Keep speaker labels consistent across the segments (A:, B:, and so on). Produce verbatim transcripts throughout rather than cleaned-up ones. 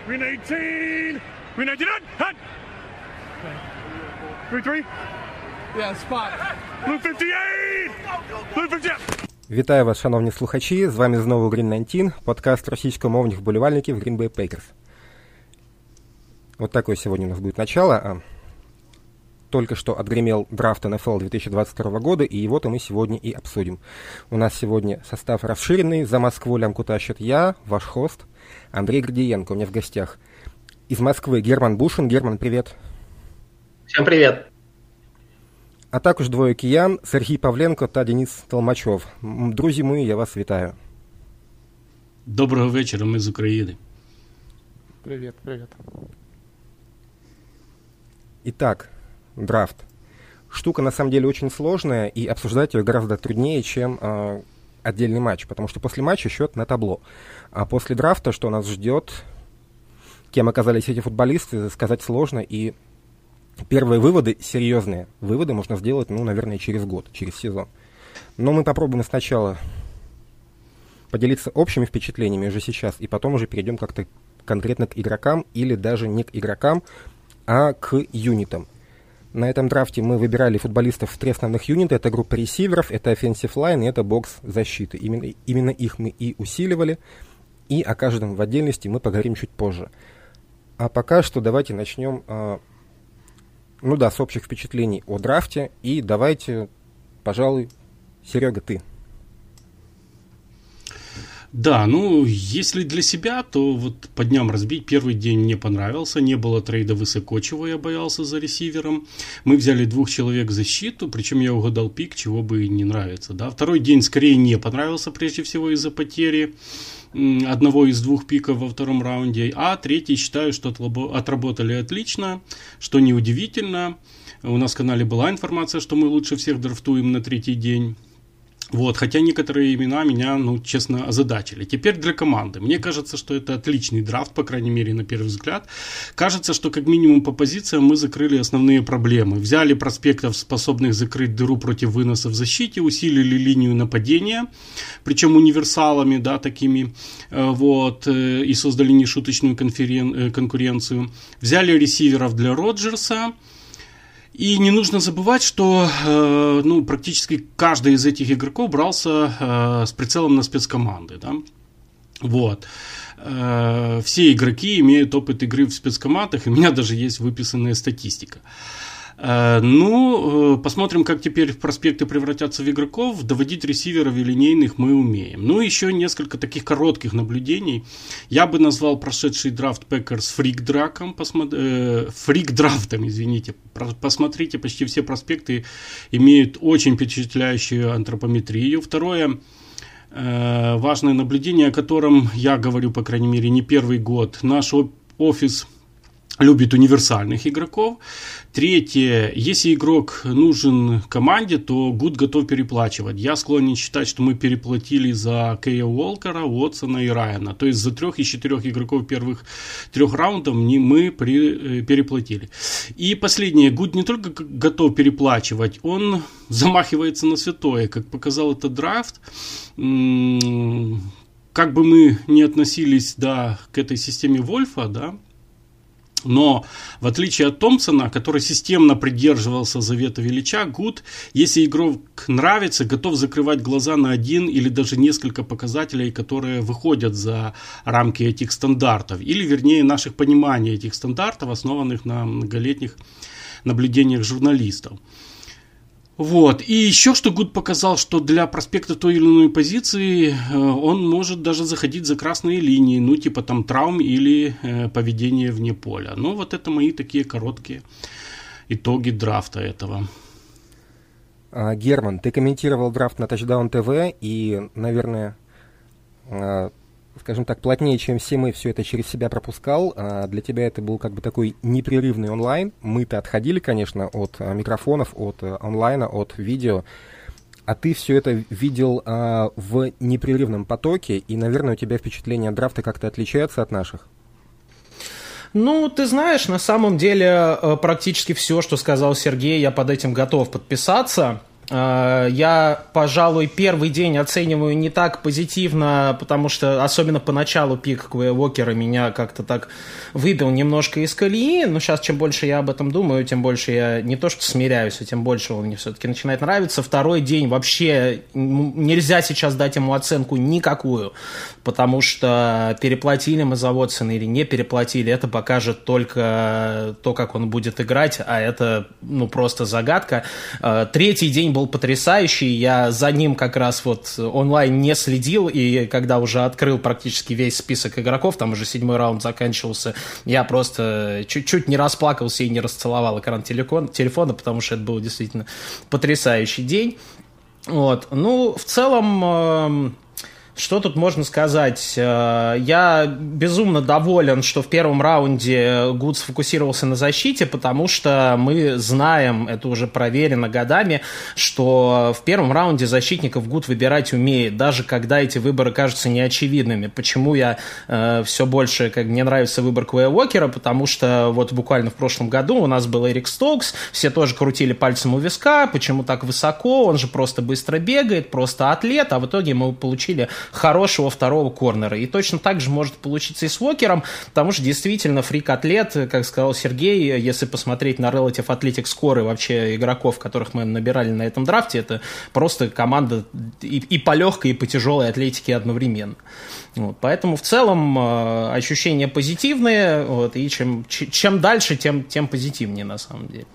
A: Green eighteen. Green nineteen. Hot. Three three. Yeah, spot. Blue fifty-eight. Blue fifty-eight.
B: Вітаю вас, шановні слухачі, з вами знову Green дев'ятнадцять, подкаст російськомовних вболівальників Green Bay Packers. Вот такое сегодня у нас будет начало. Только что отгремел драфт эн эф эл две тысячи двадцать второго года, и его-то мы сегодня и обсудим. У нас сегодня состав расширенный. За Москву лямку тащит я, ваш хост, Андрей Гордиенко. У меня в гостях из Москвы Герман Бушин. Герман, привет.
C: Всем привет.
B: А також двоє киян Сергій Павленко та Денис Толмачов. Друзі мої, я вас вітаю.
D: Доброго вечора, ми з України.
E: Привет, привет.
B: Итак, драфт. Штука на самом деле очень сложная, и обсуждать ее гораздо труднее, чем э, отдельный матч, потому что после матча счет на табло. А после драфта, что нас ждет, кем оказались эти футболисты, сказать сложно, и первые выводы, серьезные выводы, можно сделать, ну, наверное, через год, через сезон. Но мы попробуем сначала поделиться общими впечатлениями уже сейчас, и потом уже перейдем как-то конкретно к игрокам, или даже не к игрокам, а к юнитам. На этом драфте мы выбирали футболистов в три основных юнита. Это группа ресиверов, это offensive line и это бокс защиты. Именно, именно их мы и усиливали, и о каждом в отдельности мы поговорим чуть позже. А пока что давайте начнем... Ну да, с общих впечатлений о драфте. И давайте, пожалуй, Серега, ты.
D: Да, ну, если для себя, то вот по дням разбить первый день мне понравился. Не было трейда высоко, чего я боялся за ресивером. Мы взяли двух человек в защиту, причем я угадал пик, чего бы и не нравится. Да. Второй день скорее не понравился, прежде всего из-за потери одного из двух пиков во втором раунде. А третий считаю, что отработали отлично, что неудивительно. У нас в канале была информация, что мы лучше всех драфтуем на третий день. Вот, хотя некоторые имена меня, ну, честно, озадачили. Теперь для команды. Мне кажется, что это отличный драфт, по крайней мере, на первый взгляд. Кажется, что как минимум по позициям мы закрыли основные проблемы. Взяли проспектов, способных закрыть дыру против выноса в защите, усилили линию нападения, причем универсалами, да, такими, вот, и создали нешуточную конферен... конкуренцию. Взяли ресиверов для Роджерса. И не нужно забывать, что э, ну, практически каждый из этих игроков брался э, с прицелом на спецкоманды. Да? Вот. Э, все игроки имеют опыт игры в спецкомандах, и у меня даже есть выписанная статистика. Э, ну, э, посмотрим, как теперь проспекты превратятся в игроков. Доводить ресиверов и линейных мы умеем. Ну, еще несколько таких коротких наблюдений. Я бы назвал прошедший драфт Packers фрик-драком, посмо... э, фрик-драфтом, извините. Посмотрите, почти все проспекты имеют очень впечатляющую антропометрию. Второе, э, важное наблюдение, о котором я говорю, по крайней мере, не первый год. Наш офис любит универсальных игроков. Третье, если игрок нужен команде, то Гуд готов переплачивать. Я склонен считать, что мы переплатили за Кея Уолкера, Уотсона и Райана. То есть за трех из четырех игроков первых трех раундов мы при, переплатили. И последнее, Гуд не только готов переплачивать, он замахивается на святое. Как показал этот драфт, как бы мы ни относились, да, к этой системе Вольфа, да, но в отличие от Томпсона, который системно придерживался завета Велича, Гуд, если игрок нравится, готов закрывать глаза на один или даже несколько показателей, которые выходят за рамки этих стандартов. Или, вернее, наших пониманий этих стандартов, основанных на многолетних наблюдениях журналистов. Вот. И еще что Гуд показал, что для проспекта той или иной позиции э, он может даже заходить за красные линии, ну типа там травм или э, поведение вне поля. Ну вот это мои такие короткие итоги драфта этого.
B: А, Герман, ты комментировал драфт на Touchdown ти ви, и, наверное, э, скажем так, плотнее, чем все мы, все это через себя пропускал. А для тебя это был как бы такой непрерывный онлайн. Мы-то отходили, конечно, от а, микрофонов, от а, онлайна, от видео. А ты все это видел а, в непрерывном потоке, и, наверное, у тебя впечатление от драфта как-то отличается от наших?
E: Ну, ты знаешь, на самом деле практически все, что сказал Сергей, я под этим готов подписаться. Я, пожалуй, первый день оцениваю не так позитивно, потому что, особенно поначалу, пик Квея Уокера меня как-то так выбил немножко из колеи, но сейчас, чем больше я об этом думаю, тем больше я не то что смиряюсь, а тем больше он мне все-таки начинает нравиться. Второй день вообще нельзя сейчас дать ему оценку никакую, потому что переплатили мы за Уотсона или не переплатили, это покажет только то, как он будет играть, а это, ну, просто загадка. Третий день был потрясающий, я за ним как раз вот онлайн не следил, и когда уже открыл практически весь список игроков, там уже седьмой раунд заканчивался, я просто чуть-чуть не расплакался и не расцеловал экран телефон, телефона, потому что это был действительно потрясающий день. Вот. Ну, в целом... Что тут можно сказать? Я безумно доволен, что в первом раунде Гуд сфокусировался на защите, потому что мы знаем, это уже проверено годами, что в первом раунде защитников Гуд выбирать умеет, даже когда эти выборы кажутся неочевидными. Почему я э, все больше, как мне нравится выбор Квея Уокера, потому что вот буквально в прошлом году у нас был Эрик Стоукс, все тоже крутили пальцем у виска, почему так высоко, он же просто быстро бегает, просто атлет, а в итоге мы получили хорошего второго корнера. И точно так же может получиться и с Уокером, потому что действительно фрик-атлет, как сказал Сергей, если посмотреть на Relative Athletic Score и вообще игроков, которых мы набирали на этом драфте, это просто команда и, и по легкой, и по тяжелой атлетике одновременно. Вот, поэтому в целом э, ощущения позитивные, вот, и чем, чем дальше, тем, тем позитивнее на самом деле.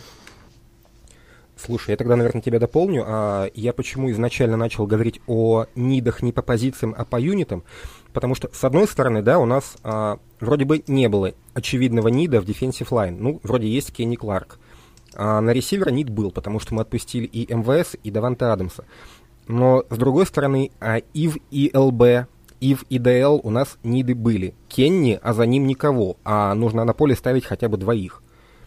B: Слушай, я тогда, наверное, тебя дополню. А я почему изначально начал говорить о нидах не по позициям, а по юнитам? Потому что, с одной стороны, да, у нас а, вроде бы не было очевидного нида в defensive line. Ну, вроде есть Кенни Кларк. А на ресивера нид был, потому что мы отпустили и эм вэ эс, и Даванте Адамса. Но, с другой стороны, а, и в и эл би, и в и ди эл у нас ниды были. Кенни, а за ним никого. А нужно на поле ставить хотя бы двоих.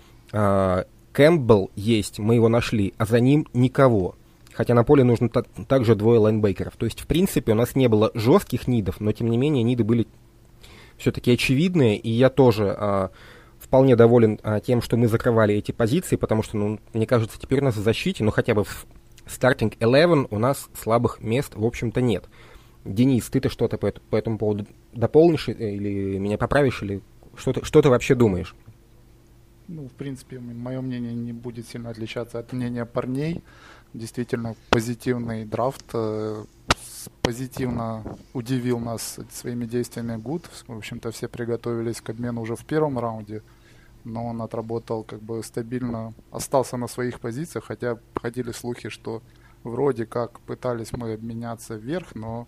B: А, Кэмпбелл есть, мы его нашли, а за ним никого. Хотя на поле нужно та- также двое лайнбекеров. То есть, в принципе, у нас не было жестких нидов, но, тем не менее, ниды были все-таки очевидные. И я тоже а, вполне доволен а, тем, что мы закрывали эти позиции, потому что, ну, мне кажется, теперь у нас в защите, ну, хотя бы в стартинг одиннадцать у нас слабых мест, в общем-то, нет. Денис, ты-то что-то по, по этому поводу дополнишь или меня поправишь, или что ты, что ты вообще думаешь?
F: Ну, в принципе, мое мнение не будет сильно отличаться от мнения парней. Действительно, позитивный драфт. Э, позитивно удивил нас своими действиями Гуд. В общем-то, все приготовились к обмену уже в первом раунде. Но он отработал как бы стабильно, остался на своих позициях. Хотя ходили слухи, что вроде как пытались мы обменяться вверх, но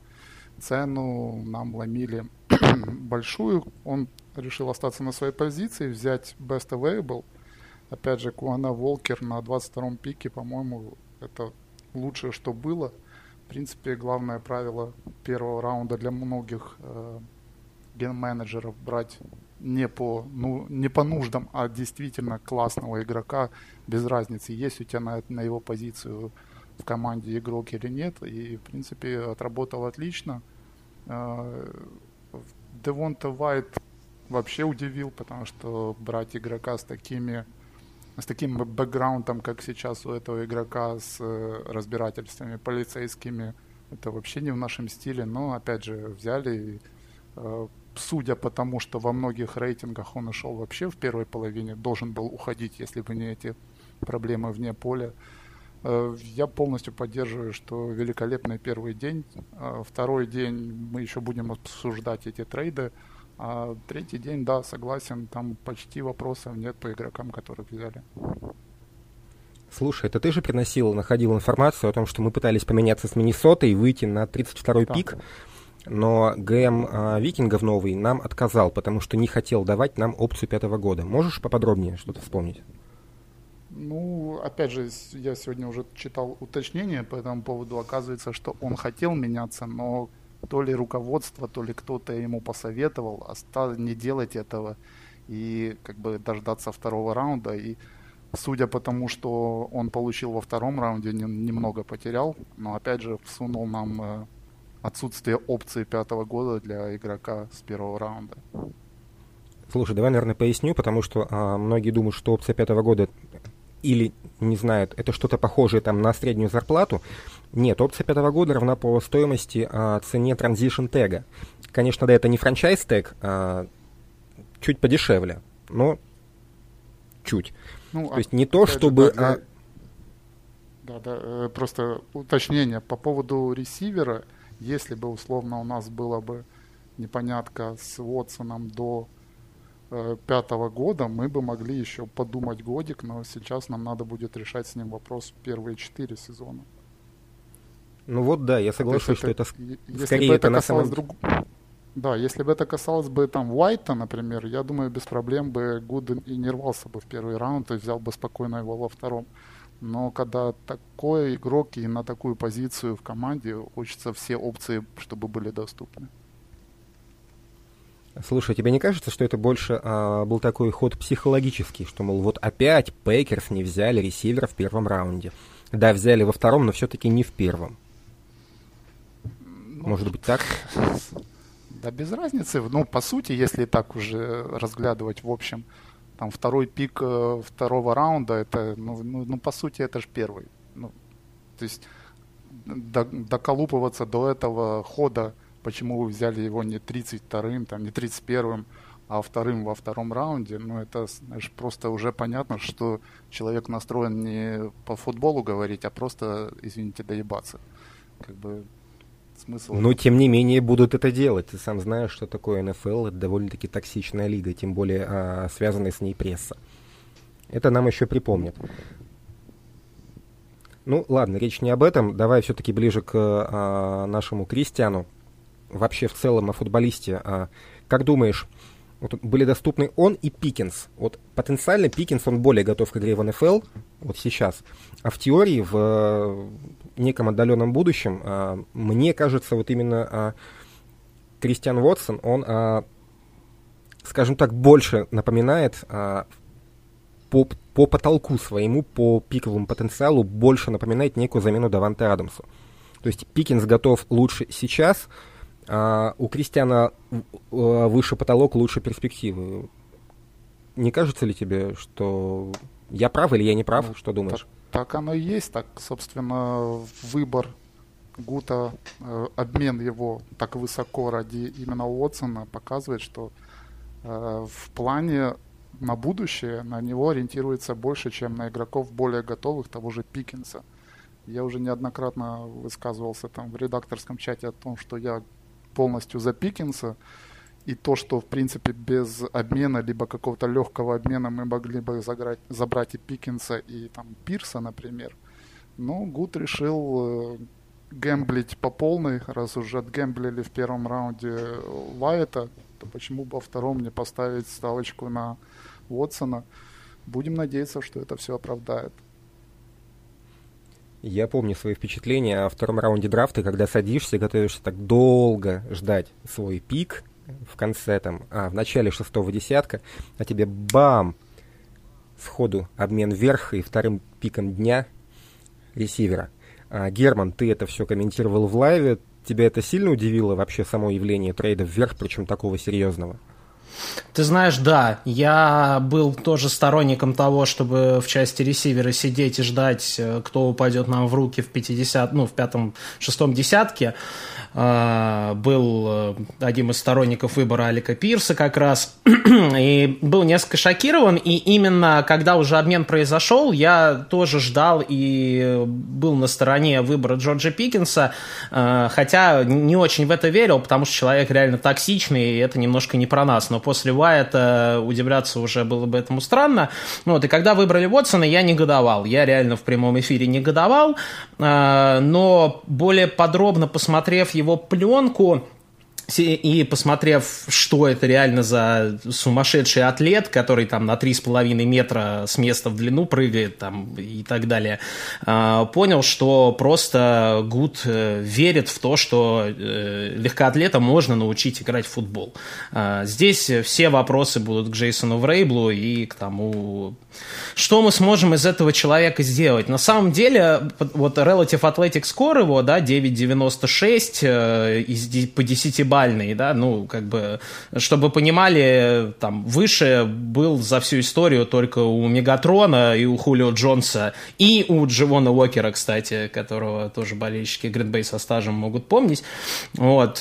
F: цену нам ломили большую. Он решил остаться на своей позиции, взять Best Available. Опять же, Куана Волкер на двадцать втором пике, по-моему, это лучшее, что было. В принципе, главное правило первого раунда для многих э, ген-менеджеров брать не по, ну, не по нуждам, а действительно классного игрока, без разницы, есть у тебя на, на его позицию в команде игрок или нет. И, в принципе, отработал отлично. Э, Девонта Уайт вообще удивил, потому что брать игрока с такими, с таким бэкграундом, как сейчас у этого игрока, с э, разбирательствами полицейскими, это вообще не в нашем стиле. Но, опять же, взяли, и, э, судя по тому, что во многих рейтингах он ушел вообще в первой половине, должен был уходить, если бы не эти проблемы вне поля. Э, я полностью поддерживаю, что великолепный первый день. Э, второй день мы еще будем обсуждать эти трейды. А третий день, да, согласен, там почти вопросов нет по игрокам, которых взяли.
B: Слушай, это ты же приносил, находил информацию о том, что мы пытались поменяться с Миннесотой и выйти на тридцать второй да. пик, но ГМ а, Викингов новый нам отказал, потому что не хотел давать нам опцию пятого года. Можешь поподробнее что-то вспомнить?
F: Ну, опять же, я сегодня уже читал уточнение по этому поводу. Оказывается, что он хотел меняться, но то ли руководство, то ли кто-то ему посоветовал не делать этого и как бы дождаться второго раунда. И судя по тому, что он получил во втором раунде, немного потерял, но опять же всунул нам отсутствие опции пятого года для игрока с первого раунда.
B: Слушай, давай, наверное, поясню, потому что а, многие думают, что опция пятого года или не знают, это что-то похожее там на среднюю зарплату. Нет, опция пятого года равна по стоимости а, цене Transition Tag. Конечно, да, это не франчайз тег, а чуть подешевле, но чуть. Ну, то есть не то, чтобы...
F: Да, а... да, да, просто уточнение по поводу ресивера. Если бы, условно, у нас была бы непонятка с Уотсоном до э, пятого года, мы бы могли еще подумать годик, но сейчас нам надо будет решать с ним вопрос первые четыре сезона.
B: Ну вот да, я соглашусь, что это,
F: это
B: скорее это, это на самом...
F: друг... Да, если бы это касалось бы там Уайта, например, я думаю, без проблем бы Гуден и не рвался бы в первый раунд и взял бы спокойно его во втором. Но когда такой игрок и на такую позицию в команде, хочется все опции, чтобы были доступны.
B: Слушай, тебе не кажется, что это больше а, был такой ход психологический, что, мол, вот опять Пейкерс не взяли ресивера в первом раунде? Да, взяли во втором, но все-таки не в первом. Ну, может быть так?
F: Да без разницы. Ну, по сути, если так уже разглядывать в общем, там второй пик э, второго раунда, это, ну, ну, ну, по сути, это же первый. Ну, то есть до, доколупываться до этого хода, почему вы взяли его не тридцать вторым, там, не тридцать первым, а вторым во втором раунде, ну, это, знаешь, просто уже понятно, что человек настроен не по футболу говорить, а просто, извините, доебаться. Как бы смысл...
B: Но, тем не менее, будут это делать. Ты сам знаешь, что такое эн эф эл. Это довольно-таки токсичная лига, тем более а, связанная с ней пресса. Это нам еще припомнят. Ну, ладно, речь не об этом. Давай все-таки ближе к а, нашему Кристиану. Вообще, в целом, о футболисте. А, как думаешь, вот были доступны он и Пиккенс? Вот потенциально Пиккенс, он более готов к игре в эн эф эл, вот сейчас. А в теории, в э, неком отдаленном будущем, э, мне кажется, вот именно э, Кристиан Уотсон, он, э, скажем так, больше напоминает э, по, по потолку своему, по пиковому потенциалу, больше напоминает некую замену Даванте Адамсу. То есть Пиккенс готов лучше сейчас, а у Кристиана выше потолок, лучше перспективы. Не кажется ли тебе, что я прав или я не прав? Ну, что думаешь?
F: Так, так оно и есть. Так, собственно, выбор Гута, э, обмен его так высоко ради именно Уотсона показывает, что э, в плане на будущее на него ориентируется больше, чем на игроков более готовых, того же Пиккенса. Я уже неоднократно высказывался там в редакторском чате о том, что я полностью за Пиккенса, и то, что в принципе без обмена, либо какого-то легкого обмена мы могли бы заграть, забрать и Пиккенса, и там Пирса, например. Но Гуд решил э, гэмблить по полной, раз уже отгэмблили в первом раунде Уайта, то почему бы во втором не поставить ставочку на Уотсона? Будем надеяться, что это все оправдает.
B: Я помню свои впечатления о втором раунде драфта, когда садишься, готовишься так долго ждать свой пик в конце там, а в начале шестого десятка, а тебе бам! Сходу обмен вверх и вторым пиком дня ресивера. А, Герман, ты это все комментировал в лайве. Тебя это сильно удивило вообще само явление трейда вверх, причем такого серьезного?
E: Ты знаешь, да, я был тоже сторонником того, чтобы в части ресивера сидеть и ждать, кто упадет нам в руки в пятидесятом, ну, в пятом-шестом десятке. Был одним из сторонников выбора Алика Пирса как раз, и был несколько шокирован, и именно когда уже обмен произошел, я тоже ждал и был на стороне выбора Джорджа Пиккенса, хотя не очень в это верил, потому что человек реально токсичный, и это немножко не про нас, но после Уайта удивляться уже было бы этому странно. Вот, и когда выбрали Уотсона, я негодовал, я реально в прямом эфире негодовал, но более подробно посмотрев его его пленку и посмотрев, что это реально за сумасшедший атлет, который там на три с половиной метра с места в длину прыгает там, и так далее, понял, что просто Гуд верит в то, что легкоатлета можно научить играть в футбол. Здесь все вопросы будут к Джейсону Врейблу и к тому, что мы сможем из этого человека сделать. На самом деле, вот Relative Athletic Score его, да, девять девяносто шесть по десяти баллам десятибалльный, да, ну, как бы, чтобы понимали, там, выше был за всю историю только у Мегатрона и у Хулио Джонса, и у Дживона Уокера, кстати, которого тоже болельщики Green Bay со стажем могут помнить, вот.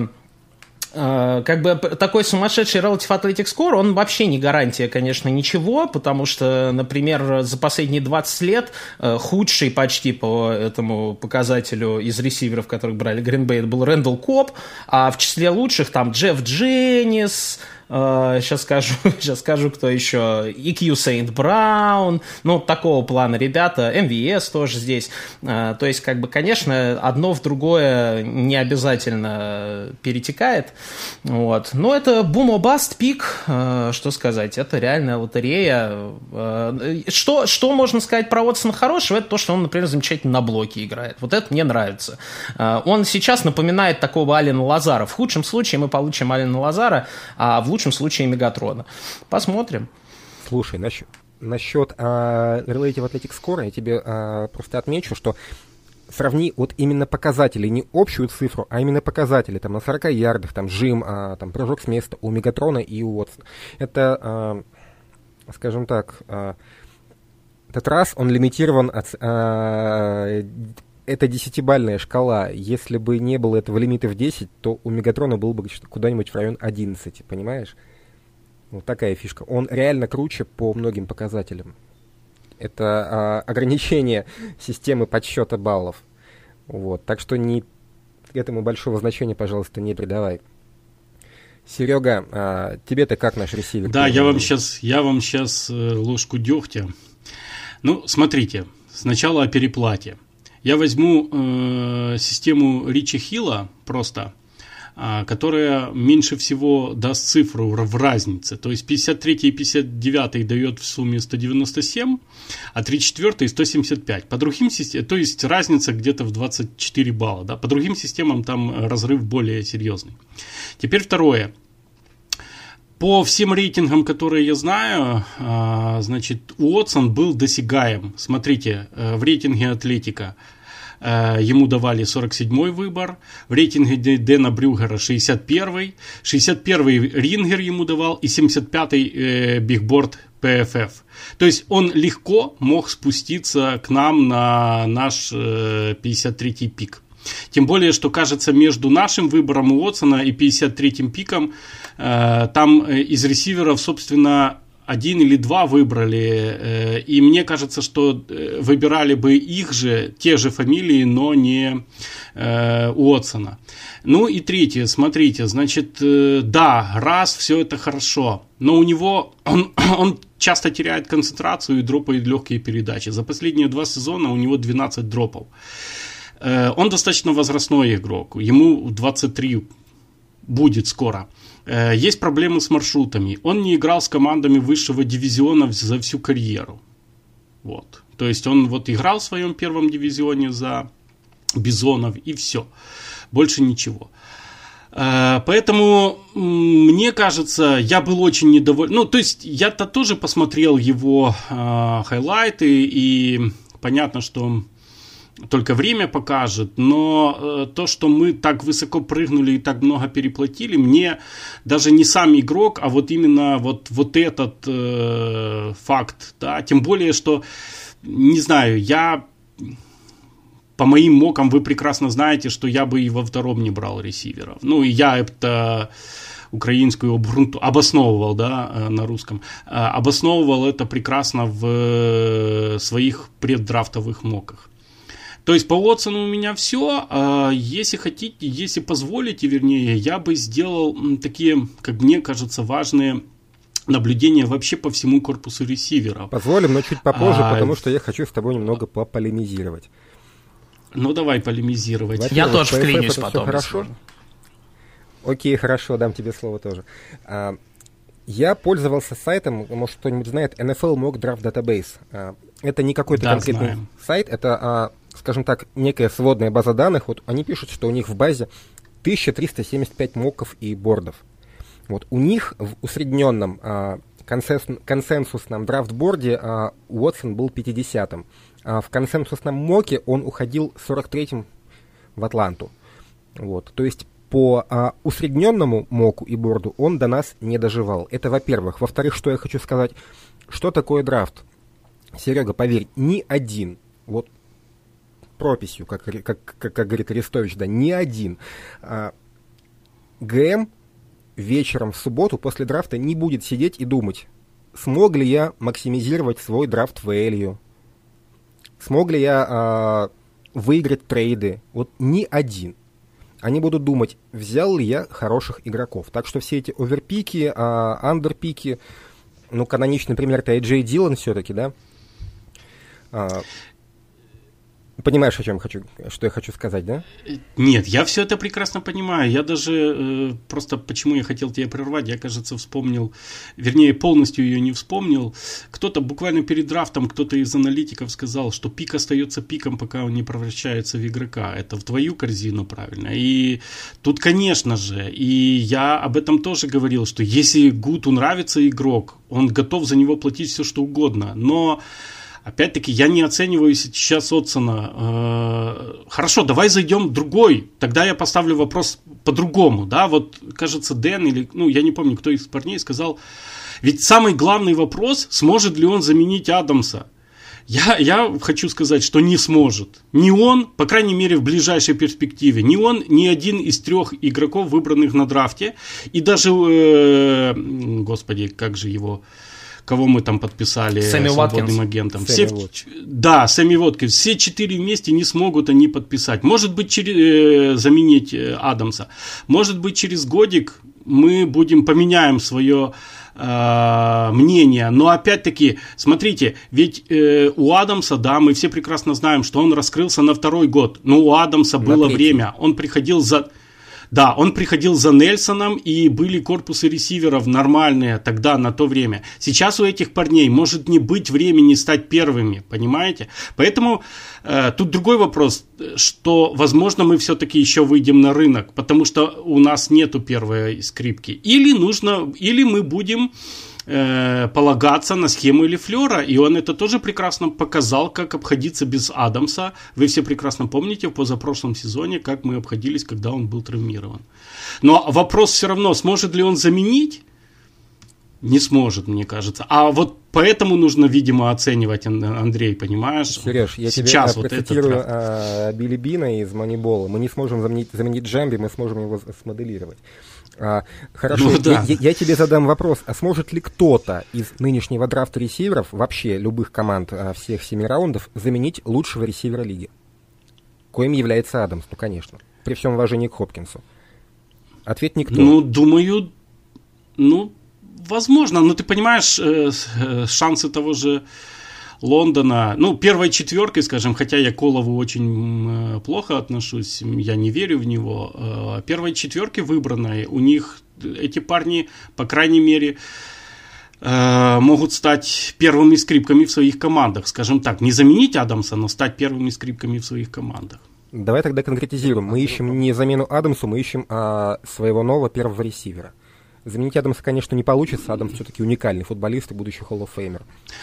E: Как бы такой сумасшедший Relative Athletic Score, он вообще не гарантия, конечно, ничего, потому что, например, за последние двадцать лет худший почти по этому показателю из ресиверов, которых брали Green Bay, был Рэндалл Коб, а в числе лучших там Джефф Дженнис, сейчас скажу, сейчас скажу, кто еще, и Кью Сейнт Браун, ну, такого плана ребята, эм ви эс тоже здесь, то есть, как бы, конечно, одно в другое не обязательно перетекает, вот, но это boom or bust пик, что сказать, это реальная лотерея, что, что можно сказать про Уотсона хорошего, это то, что он, например, замечательно на блоке играет, вот это мне нравится, он сейчас напоминает такого Алена Лазара, в худшем случае мы получим Алена Лазара, а в В лучшем случае Мегатрона. Посмотрим.
B: Слушай, насчет, насчет а, Relative Athletic Score я тебе а, просто отмечу, что сравни вот именно показатели, не общую цифру, а именно показатели, там на сорока ярдах, там жим, а, там прыжок с места у Мегатрона и у Уотсона. Это, а, скажем так, а, этот раз он лимитирован от... А, это десятибалльная шкала. Если бы не было этого лимита в десять, то у Мегатрона был бы куда-нибудь в район одиннадцать, понимаешь? Вот такая фишка. Он реально круче по многим показателям. Это а, ограничение системы подсчета баллов. Вот. Так что не, этому большого значения, пожалуйста, не придавай. Серега, а, тебе-то как наш ресивер?
D: Да, я вам сейчас, я вам сейчас ложку дегтя. Ну, смотрите, сначала о переплате. Я возьму э, систему Ричи Хилла просто, э, которая меньше всего даст цифру в, в разнице. То есть пятьдесят третий и пятьдесят девятый дает в сумме сто девяносто семь, а тридцать четвёртый сто семьдесят пять. По другим системам, то есть разница где-то в двадцать четыре балла. Да? По другим системам там разрыв более серьезный. Теперь второе. По всем рейтингам, которые я знаю, э, значит, Уотсон был досягаем. Смотрите, э, в рейтинге Атлетика ему давали сорок седьмой выбор, в рейтинге Дэна Брюгера шестьдесят первый, шестьдесят первый Рингер ему давал и семьдесят пятый Бигборд пи эф эф. То есть он легко мог спуститься к нам на наш пятьдесят третий пик. Тем более, что кажется, между нашим выбором Уотсона и пятьдесят третьим пиком там из ресиверов, собственно, один или два выбрали, и мне кажется, что выбирали бы их же, те же фамилии, но не э, Уотсона. Ну и третье, смотрите, значит, э, да, раз, все это хорошо, но у него, он, он часто теряет концентрацию и дропает легкие передачи. За последние два сезона у него двенадцать дропов. Э, он достаточно возрастной игрок, ему двадцать три будет скоро. Есть проблемы с маршрутами. Он не играл с командами высшего дивизиона за всю карьеру. Вот. То есть он вот играл в своем первом дивизионе за Бизонов и все. Больше ничего. Поэтому, мне кажется, я был очень недоволен. Ну, то есть я-то тоже посмотрел его хайлайты, и понятно, что только время покажет, но э, то, что мы так высоко прыгнули и так много переплатили, мне даже не сам игрок, а вот именно вот, вот этот э, факт, да, тем более, что, не знаю, я, по моим мокам, вы прекрасно знаете, что я бы и во втором не брал ресиверов, ну, и я это... украинскую обрунту, обосновывал, да, на русском, обосновывал это прекрасно в своих преддрафтовых моках. То есть по Уотсону у меня все. Если хотите, если позволите, вернее, я бы сделал такие, как мне кажется, важные наблюдения вообще по всему корпусу ресиверов.
B: Позволим, но чуть попозже, а... потому что я хочу с тобой немного пополемизировать.
D: Ну, давай полемизировать.
B: Во-первых,
E: я тоже вклинюсь потом.
B: Хорошо? Окей, хорошо, дам тебе слово тоже. А, я пользовался сайтом, может, кто-нибудь знает, эн эф эл Mock Draft Database. А, это не какой-то да, конкретный знаем. сайт, это... А, скажем так, некая сводная база данных. Вот они пишут, что у них в базе тысяча триста семьдесят пять моков и бордов. Вот у них в усредненном а, консенс- консенсусном драфт-борде а, Уотсон был пятидесятым, а в консенсусном моке он уходил сорок третьим в Атланту. Вот. То есть по а, усредненному моку и борду он до нас не доживал. Это во-первых. Во-вторых, что я хочу сказать, что такое драфт? Серега, поверь, ни один, вот прописью, как, как, как, как говорит Арестович, да, ни один а, ГМ вечером в субботу после драфта не будет сидеть и думать, смог ли я максимизировать свой драфт value, смог ли я а, выиграть трейды. Вот ни один. Они будут думать, взял ли я хороших игроков. Так что все эти оверпики, а, андерпики, ну, каноничный пример это Джей Дилан все-таки, да? А, понимаешь, о чем хочу, что я хочу сказать, да?
D: Нет, я все это прекрасно понимаю. Я даже э, просто почему я хотел тебя прервать, я, кажется, вспомнил, вернее, полностью ее не вспомнил. Кто-то буквально перед драфтом, кто-то из аналитиков сказал, что пик остается пиком, пока он не превращается в игрока. Это в твою корзину, правильно? И тут, конечно же, и я об этом тоже говорил, что если Гуту нравится игрок, он готов за него платить все, что угодно. Но опять-таки, я не оцениваю сейчас Отсона. Хорошо, давай зайдем в другой. Тогда я поставлю вопрос по-другому. Да? Вот, кажется, Дэн или, ну, я не помню, кто из парней сказал, ведь самый главный вопрос, сможет ли он заменить Адамса. Я, я хочу сказать, что не сможет. Ни он, по крайней мере, в ближайшей перспективе, ни он, ни один из трех игроков, выбранных на драфте. И даже, э, господи, как же его... Кого мы там подписали
E: Сэмми
D: свободным
E: Уоткинс.
D: агентом.
B: Сэмми
D: Все,
B: Уоткинс.
D: да, Сэмми Уоткинс. Все четыре вместе не смогут они подписать. Может быть, через, э, заменить э, Адамса. Может быть, через годик мы будем, поменяем свое э, мнение. Но опять-таки, смотрите, ведь э, у Адамса, да, мы все прекрасно знаем, что он раскрылся на второй год. Но у Адамса
B: На
D: было
B: третий.
D: время. Он приходил за... Да, он приходил за Нельсоном, и были корпусы ресиверов нормальные тогда, на то время. Сейчас у этих парней может не быть времени стать первыми, понимаете? Поэтому э, тут другой вопрос, что, возможно, мы все-таки еще выйдем на рынок, потому что у нас нету первой скрипки. Или нужно, или мы будем... полагаться на схему Лефлера, и он это тоже прекрасно показал, как обходиться без Адамса. Вы все прекрасно помните в позапрошлом сезоне, как мы обходились, когда он был травмирован. Но вопрос все равно, сможет ли он заменить? Не сможет, мне кажется. А вот поэтому нужно, видимо, оценивать, Андрей, понимаешь?
B: Сереж, я
D: Сейчас
B: тебе
D: вот
B: процитирую
D: этот
B: а, Билли Бина из Манибола. Мы не сможем заменить, заменить Джамби, мы сможем его смоделировать. А, хорошо,
D: Ну, да.
B: я, я, я тебе задам вопрос, а сможет ли кто-то из нынешнего драфта ресиверов, вообще любых команд а, всех семи раундов, заменить лучшего ресивера лиги? Коим является Адамс, ну, конечно. При всем уважении к Хопкинсу. Ответ никто.
D: Ну, думаю, ну, возможно, но ты понимаешь, э, э, шансы того же Лондона, ну, первой четверкой, скажем, хотя я к Колову очень э, плохо отношусь, я не верю в него, э, первой четверки выбранной, у них эти парни, по крайней мере, э, могут стать первыми скрипками в своих командах, скажем так, не заменить Адамса, но стать первыми скрипками в своих командах.
B: Давай тогда конкретизируем. Мы ищем не замену Адамсу, мы ищем а, своего нового первого ресивера. Заменить Адамса, конечно, не получится. Адамс все-таки уникальный футболист и будущий холл-оф-феймер.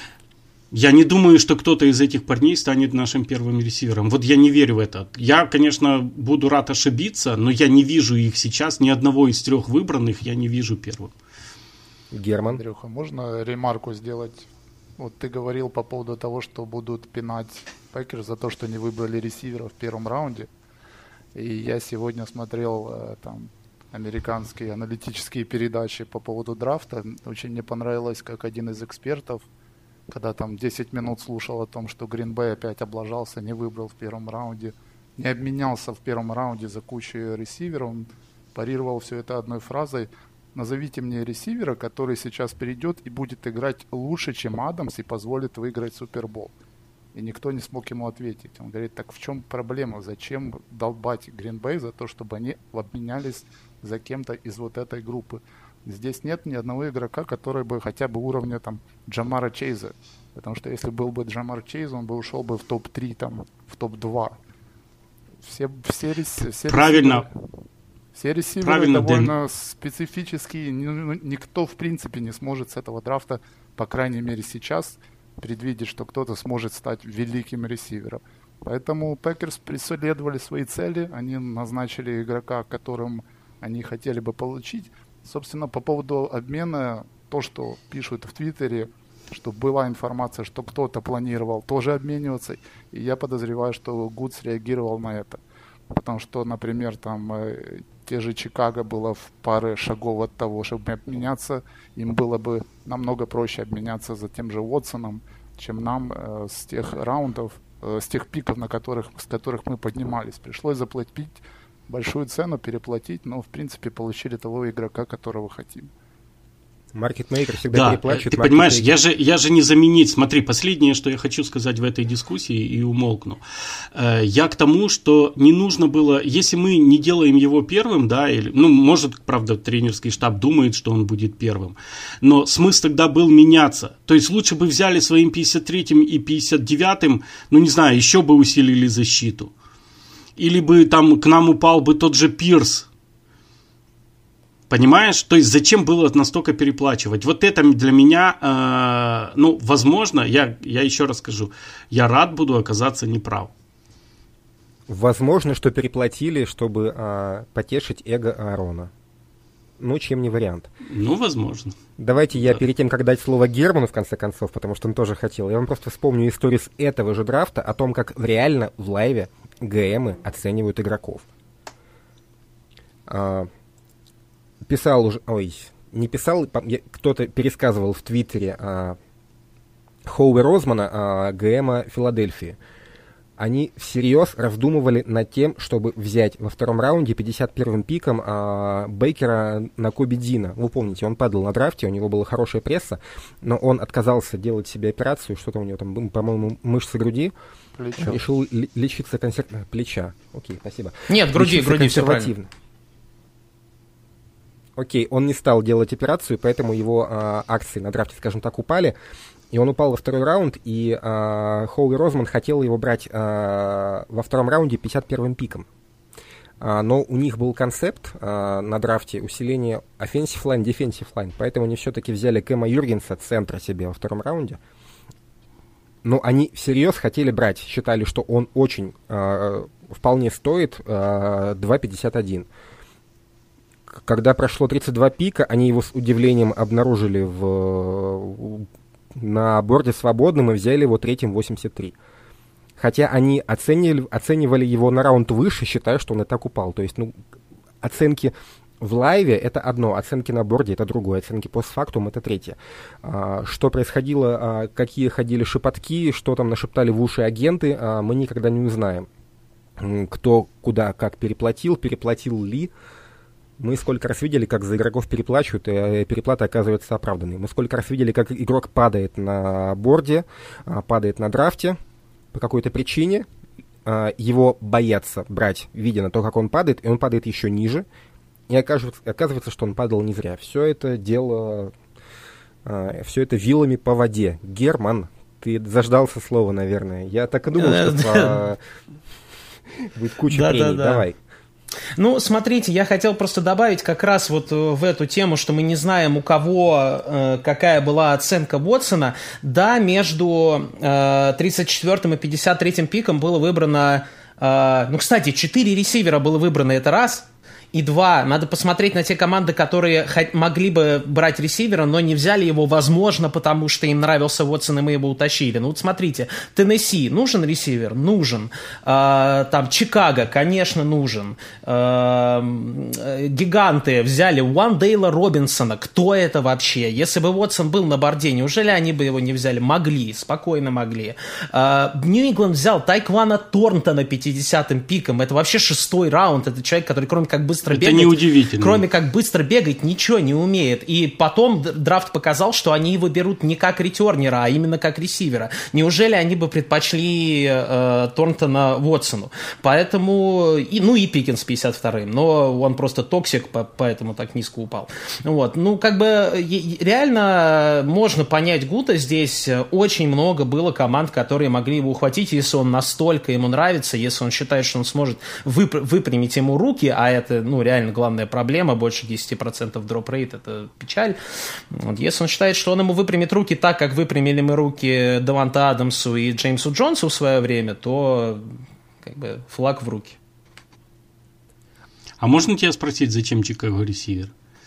D: Я не думаю, что кто-то из этих парней станет нашим первым ресивером. Вот я не верю в это. Я, конечно, буду рад ошибиться, но я не вижу их сейчас. Ни одного из трех выбранных я не вижу первым.
B: Герман.
F: Андрюха, можно ремарку сделать? Вот ты говорил по поводу того, что будут пинать Пекерс за то, что не выбрали ресивера в первом раунде. И я сегодня смотрел э, там американские аналитические передачи по поводу драфта. Очень мне понравилось, как один из экспертов, когда там десять минут слушал о том, что Green Bay опять облажался, не выбрал в первом раунде, не обменялся в первом раунде за кучу ресиверов, он парировал все это одной фразой: назовите мне ресивера, который сейчас перейдет и будет играть лучше, чем Адамс, и позволит выиграть Супербол. И никто не смог ему ответить. Он говорит, так в чем проблема? Зачем долбать Green Bay за то, чтобы они обменялись за кем-то из вот этой группы? Здесь нет ни одного игрока, который бы хотя бы уровня там Джамара Чейза. Потому что если был бы Джамар Чейз, он бы ушел бы в топ три, там, в топ два. Все, все, все
D: Правильно.
F: ресиверы, все ресиверы
D: Правильно,
F: довольно
D: Дэн.
F: специфические. Никто, в принципе, не сможет с этого драфта, по крайней мере сейчас, предвидеть, что кто-то сможет стать великим ресивером. Поэтому Пекерс преследовали свои цели. Они назначили игрока, которым они хотели бы получить. Собственно, по поводу обмена, то, что пишут в Твиттере, что была информация, что кто-то планировал тоже обмениваться, и я подозреваю, что Гуд среагировал на это. Потому что, например, там э, те же Чикаго было в паре шагов от того, чтобы обменяться, им было бы намного проще обменяться за тем же Уотсоном, чем нам э, с тех раундов, э, с тех пиков, на которых, с которых мы поднимались. Пришлось заплатить большую цену, переплатить, но в принципе получили того игрока, которого хотим.
B: Маркетмейкер всегда
D: да,
B: переплачивает.
D: Ты понимаешь, я же, я же не заменить. Смотри, последнее, что я хочу сказать в этой дискуссии, и умолкну. Я к тому, что не нужно было, если мы не делаем его первым, да, или, ну, может, правда, тренерский штаб думает, что он будет первым, но смысл тогда был меняться. То есть лучше бы взяли своим пятьдесят третьим и пятьдесят девятым, ну, не знаю, еще бы усилили защиту. Или бы там к нам упал бы тот же Пирс. Понимаешь? То есть зачем было настолько переплачивать? Вот это для меня, э, ну, возможно, я, я еще раз скажу, я рад буду оказаться неправ.
B: Возможно, что переплатили, чтобы э, потешить эго Аарона. Ну, чем не вариант.
D: Ну, возможно.
B: Давайте я
D: да.
B: перед тем, как дать слово Герману, в конце концов, потому что он тоже хотел, я вам просто вспомню историю с этого же драфта о том, как реально в лайве ГМы оценивают игроков. Э, Писал уже, ой, не писал, кто-то пересказывал в Твиттере а, Хоуи Розмана, а, ГМа Филадельфии. Они всерьез раздумывали над тем, чтобы взять во втором раунде пятьдесят первым пиком а, Бейкера на Коби Дина. Вы помните, он падал на драфте, у него была хорошая пресса, но он отказался делать себе операцию, что-то у него там, по-моему, мышцы груди.
F: Плечо.
B: Решил л- лечиться консервативно. Плеча. Окей, спасибо.
E: Нет, груди,
B: лечиться
E: груди, все
B: консервативно. Окей, он не стал делать операцию, поэтому его а, акции на драфте, скажем так, упали. И он упал во второй раунд, и а, Хоуи Розман хотел его брать а, во втором раунде пятьдесят первым пиком. А, но у них был концепт а, на драфте усиления offensive line, defensive line, поэтому они все-таки взяли Кэма Юргенса, центра, себе во втором раунде. Но они всерьез хотели брать, считали, что он очень а, вполне стоит а, два пятьдесят один. Когда прошло тридцать два пика, они его с удивлением обнаружили в, на борде свободным и взяли его третьим восемьдесят три. Хотя они оценивали, оценивали его на раунд выше, считая, что он и так упал. То есть, ну, оценки в лайве — это одно, оценки на борде — это другое, оценки постфактум — это третье. А, что происходило, а, какие ходили шепотки, что там нашептали в уши агенты, а, мы никогда не узнаем. Кто куда как переплатил, переплатил ли. Мы сколько раз видели, как за игроков переплачивают, и переплаты оказываются оправданной. Мы сколько раз видели, как игрок падает на борде, падает на драфте по какой-то причине. Его боятся брать, видя на то, как он падает, и он падает еще ниже. И оказывается, оказывается, что он падал не зря. Все это дело, все это вилами по воде. Герман, ты заждался слова, наверное. Я так и думал, что будет куча премий. Давай.
E: Ну, смотрите, я хотел просто добавить как раз вот в эту тему, что мы не знаем, у кого э, какая была оценка Уотсона. Да, между э, тридцать четвёртым и пятьдесят третьим пиком было выбрано... Э, ну, кстати, четыре ресивера было выбрано, это раз. И два, надо посмотреть на те команды, которые могли бы брать ресивера, но не взяли его, возможно, потому что им нравился Уотсон, и мы его утащили. Ну вот смотрите, Теннесси, нужен ресивер? Нужен. А, там Чикаго, конечно, нужен. А, гиганты взяли Уандейла Робинсона. Кто это вообще? Если бы Уотсон был на борде, неужели они бы его не взяли? Могли, спокойно могли. Нью-Ингланд взял Тайквана Торнтона пятидесятым пиком. Это вообще шестой раунд. Это человек, который кроме как быстро
D: Это
E: бегать,
D: неудивительно.
E: Кроме как быстро бегать, ничего не умеет. И потом драфт показал, что они его берут не как ретернера, а именно как ресивера. Неужели они бы предпочли э, Торнтона Уотсону? Поэтому, и, ну и Пиккенс пятьдесят вторым, но он просто токсик, поэтому так низко упал. Вот. Ну, как бы реально можно понять Гута здесь. Очень много было команд, которые могли его ухватить, если он настолько ему нравится, если он считает, что он сможет выпр- выпрямить ему руки, а это, ну, реально главная проблема, больше десять процентов дроп-рейт, это печаль. Вот. Если он считает, что он ему выпрямит руки так, как выпрямили мы руки Даванте Адамсу и Джеймсу Джонсу в свое время, то как бы флаг в руки.
D: А можно тебя спросить, зачем Чикаго ресивер?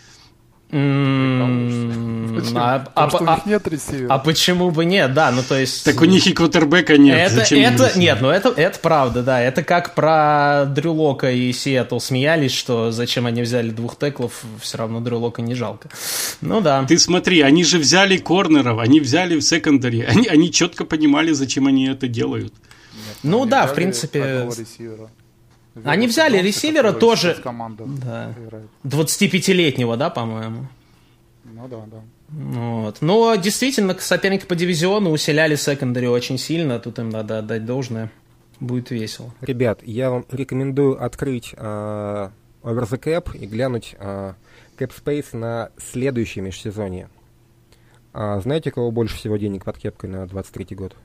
E: А,
F: Потому
E: а,
F: что у
E: а,
F: них нет ресивера.
E: а почему бы нет, да, ну то есть...
D: Так у них и квотербека нет,
E: это,
D: зачем им
E: это,
D: ресивер?
E: Нет, ну это, это правда, да, это как про Дрю Лока и Сиэтл смеялись, что зачем они взяли двух теклов, все равно Дрю Лока не жалко. Ну да.
D: Ты смотри, они же взяли корнеров, они взяли в секондаре, они, они четко понимали, зачем они это делают.
F: Нет,
E: Ну
F: они
E: да,
F: взяли
E: в принципе,
F: одного ресивера.
E: Они взяли ресивера
F: который
E: тоже,
F: сейчас команда
E: да,
F: играет.
E: двадцатипятилетнего, да, по-моему.
F: Ну да, да.
E: Вот. Но действительно, соперники по дивизиону усиляли секондари очень сильно, тут им надо отдать должное, будет весело.
B: Ребят, я вам рекомендую открыть uh, Over the Cap и глянуть uh, Cap Space на следующее межсезонье. Uh, знаете, у кого больше всего денег под кепкой на двадцать третий год?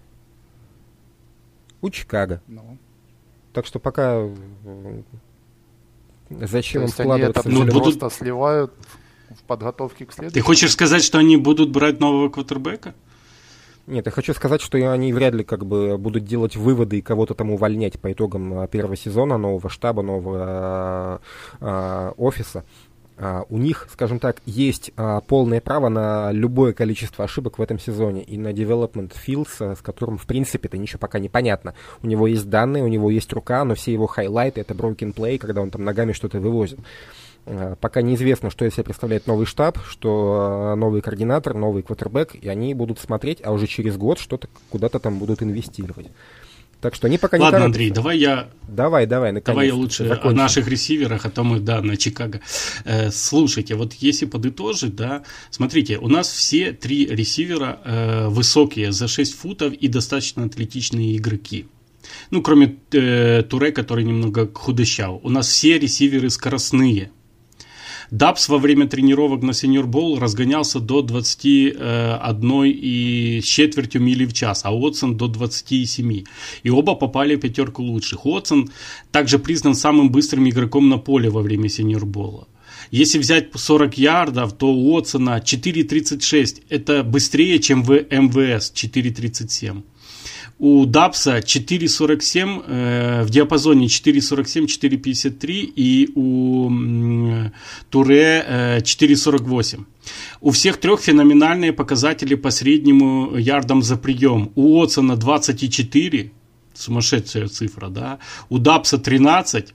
B: У Чикаго.
F: Ну.
B: Так что пока зачем им
F: То есть они
B: вкладываться
F: это
B: в
D: Ну,
B: себя?
D: будут-
F: просто сливают в подготовке к следующему.
D: Ты хочешь сказать, что они будут брать нового квотербека?
B: Нет, я хочу сказать, что они вряд ли как бы будут делать выводы и кого-то там увольнять по итогам а, первого сезона, нового штаба, нового а, а, офиса. А, у них, скажем так, есть а, полное право на любое количество ошибок в этом сезоне и на development fields, а, с которым, в принципе-то, ничего пока не понятно. У него есть данные, у него есть рука, но все его хайлайты — это broken play, когда он там ногами что-то вывозит. А, пока неизвестно, что из себя представляет новый штаб, что а, новый координатор, новый квотербек, и они будут смотреть, а уже через год что-то куда-то там будут инвестировать. Так что они пока не
D: Ладно,
B: торопятся.
D: Андрей, давай я
B: Давай, давай, наконец.
D: Давай я лучше
B: закончим.
D: о наших ресиверах, а то мы, да, на Чикаго. Э, слушайте, вот если подытожить, да, смотрите, у нас все три ресивера э, высокие, за шесть футов и достаточно атлетичные игроки. Ну, кроме э, Туре, который немного худощав. У нас все ресиверы скоростные. Дабс во время тренировок на Senior Bowl разгонялся до двадцати одной и четвертью мили в час, а Уотсон до двадцати семи. И оба попали в пятерку лучших. Уотсон также признан самым быстрым игроком на поле во время Senior Bowl. Если взять сорок ярдов, то у Уотсона четыре тридцать шесть. Это быстрее, чем в эм вэ эс четыре тридцать семь. У Дабса четыре сорок семь, э, в диапазоне четыре сорок семь - четыре пятьдесят три, и у э, Туре э, четыре сорок восемь. У всех трех феноменальные показатели по среднему ярдам за прием. У Уотсона двадцать четыре, сумасшедшая цифра, да. У Дабса тринадцать,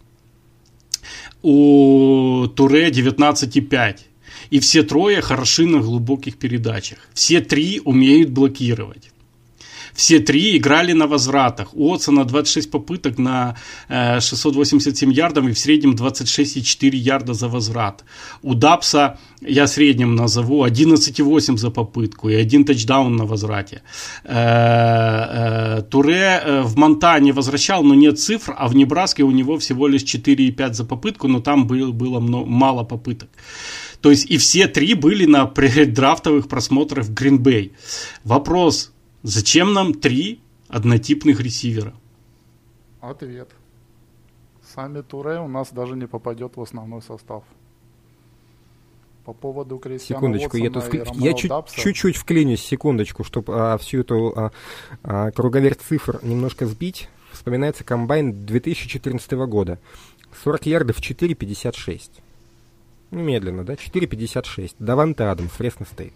D: у Туре девятнадцать пять. И все трое хороши на глубоких передачах. Все три умеют блокировать. Все три играли на возвратах. У Уотсона двадцать шесть попыток на э, шестьсот восемьдесят семь ярдов и в среднем двадцать шесть и четыре ярда за возврат. У Дабса, я среднем назову, одиннадцать и восемь за попытку и один тачдаун на возврате. Э, э, Туре э, в Монтане возвращал, но нет цифр, а в Небраске у него всего лишь четыре и пять за попытку, но там был, было много, мало попыток. То есть и все три были на преддрафтовых просмотрах в Грин-Бэй. Вопрос: зачем нам три однотипных ресивера?
F: Ответ. Сами Туре у нас даже не попадет в основной состав. По поводу Кристиана
B: Секундочку, я,
F: Уотсона
B: тут
F: и
B: вкли-
F: Ромео
B: я чуть-
F: Дабса.
B: чуть-чуть вклинюсь, секундочку, чтобы а, всю эту а, а, круговерть цифр немножко сбить. Вспоминается комбайн две тысячи четырнадцатого года. сорок ярдов четыре пятьдесят шесть. Ну, медленно, да? четыре пятьдесят шесть. Даванте Адамс, Фресно Стейт.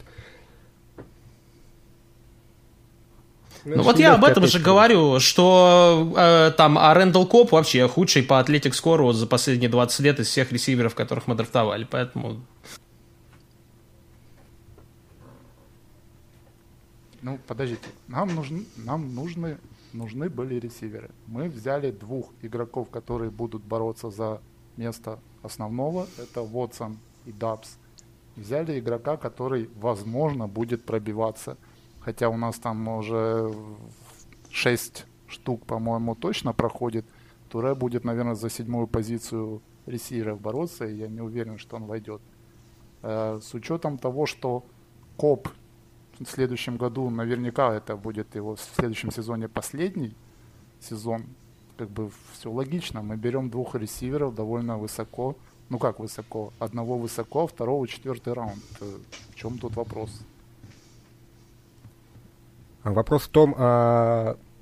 E: Ну вот я об этом же говорю, что э, там, а Рэндалл Коп вообще худший по Athletic Score за последние двадцать лет из всех ресиверов, которых мы драфтовали, поэтому...
F: Ну, подождите, нам нужны, нам нужны, нужны были ресиверы. Мы взяли двух игроков, которые будут бороться за место основного, это Уотсон и Дабс. Взяли игрока, который, возможно, будет пробиваться. Хотя у нас там уже шесть штук, по-моему, точно проходит. Туре будет, наверное, за седьмую позицию ресиверов бороться, и я не уверен, что он войдет. Э, с учетом того, что Коп в следующем году, наверняка это будет его в следующем сезоне последний сезон, как бы все логично. Мы берем двух ресиверов довольно высоко. Ну как высоко? Одного высоко, второго четвертый раунд. В чем тут вопрос?
B: Вопрос в том, а,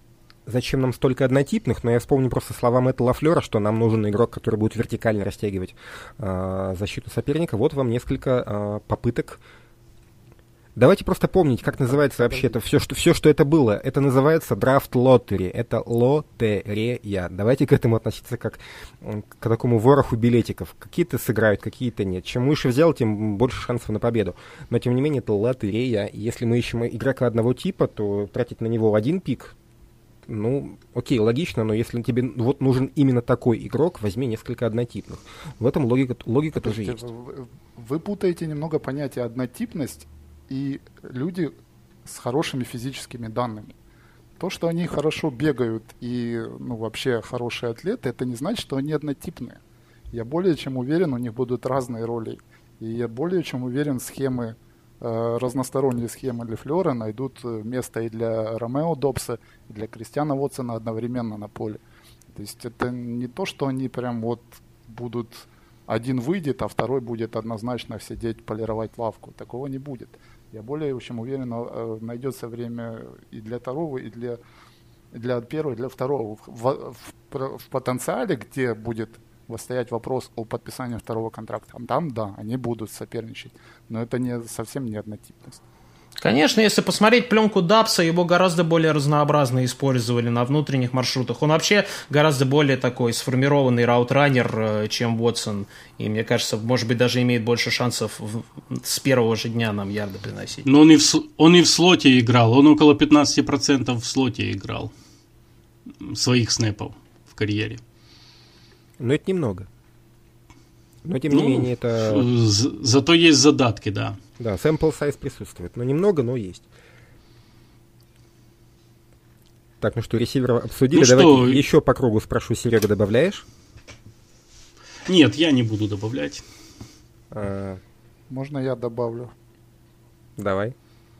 B: зачем нам столько однотипных, но я вспомню просто слова Мэтта Лафлера, что нам нужен игрок, который будет вертикально растягивать э, защиту соперника. Вот вам несколько э, попыток. Давайте просто помнить, как называется вообще это все, что, все, что это было. Это называется драфт лотерии. Это лотерея. Давайте к этому относиться как к такому вороху билетиков. Какие-то сыграют, какие-то нет. Чем выше взял, тем больше шансов на победу. Но, тем не менее, это лотерея. Если мы ищем игрока одного типа, то тратить на него один пик, ну, окей, логично, но если тебе вот нужен именно такой игрок, возьми несколько однотипных. В этом логика, логика тоже есть.
F: Вы, вы путаете немного понятие однотипность и люди с хорошими физическими данными. То, что они хорошо бегают и ну, вообще хорошие атлеты, это не значит, что они однотипные. Я более чем уверен, у них будут разные роли. И я более чем уверен, схемы, э, разносторонние схемы Лафлера найдут место и для Ромео Добса, и для Кристиана Уотсона одновременно на поле. То есть это не то, что они прям вот будут... Один выйдет, а второй будет однозначно сидеть, полировать лавку. Такого не будет. Я более чем уверен, найдется время и для второго, и для, и для первого, и для второго. В, в, в потенциале, где будет стоять вопрос о подписании второго контракта, там, да, они будут соперничать. Но это не, совсем не однотипность.
E: Конечно, если посмотреть пленку Дабса, его гораздо более разнообразно использовали на внутренних маршрутах. Он вообще гораздо более такой сформированный раутранер, чем Уотсон. И мне кажется, может быть, даже имеет больше шансов в, с первого же дня нам ярды приносить.
D: Но он и, в, он и в слоте играл. Он около пятнадцать процентов в слоте играл. Своих снэпов в карьере.
B: Но это немного. Но, тем
D: ну,
B: не менее, это...
D: За, зато есть задатки, да.
B: Да, sample size присутствует. Но немного, но есть. Так, ну что, ресиверов обсудили.
D: Ну
B: Давайте
D: что...
B: еще по кругу спрошу. Серега, добавляешь?
D: Нет, я не буду добавлять.
B: А...
F: Можно я добавлю?
B: Давай.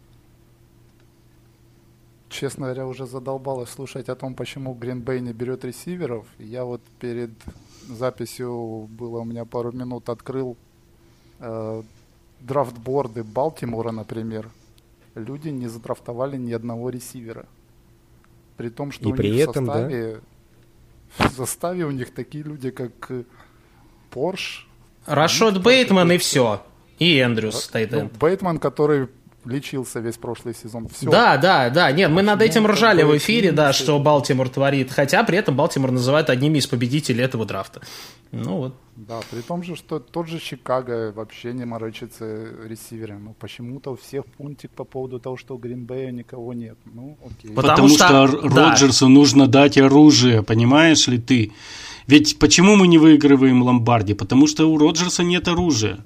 F: Честно говоря, уже задолбалось слушать о том, почему Green Bay не берет ресиверов. Я вот перед записью, было у меня пару минут, открыл э, драфтборды Балтимора, например. Люди не задрафтовали ни одного ресивера. При том, что
B: И
F: у
B: при
F: них
B: этом,
F: в составе,
B: да?
F: в составе у них такие люди, как Порш.
E: Рашод Бейтман и все. И Эндрюс, тайтенд.
F: Ну, Бейтман, который лечился весь прошлый сезон. Все.
E: Да, да, да. Нет, мы над этим ржали в эфире, да,
F: все.
E: что Балтимор творит. Хотя при этом Балтимор называют одними из победителей этого драфта. Ну вот.
F: Да, при том же, что тот же Чикаго вообще не морочится ресивером. Ну, почему-то у всех пунктик по поводу того, что у Гринбея никого нет. Ну, окей.
E: Потому,
D: Потому что,
E: что
D: Роджерсу
E: да.
D: нужно дать оружие, понимаешь ли ты? Ведь почему мы не выигрываем Ломбарди? Потому что у Роджерса нет оружия.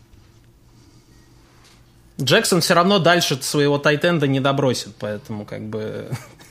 E: Джексон все равно дальше своего тайтенда не добросит, поэтому как бы...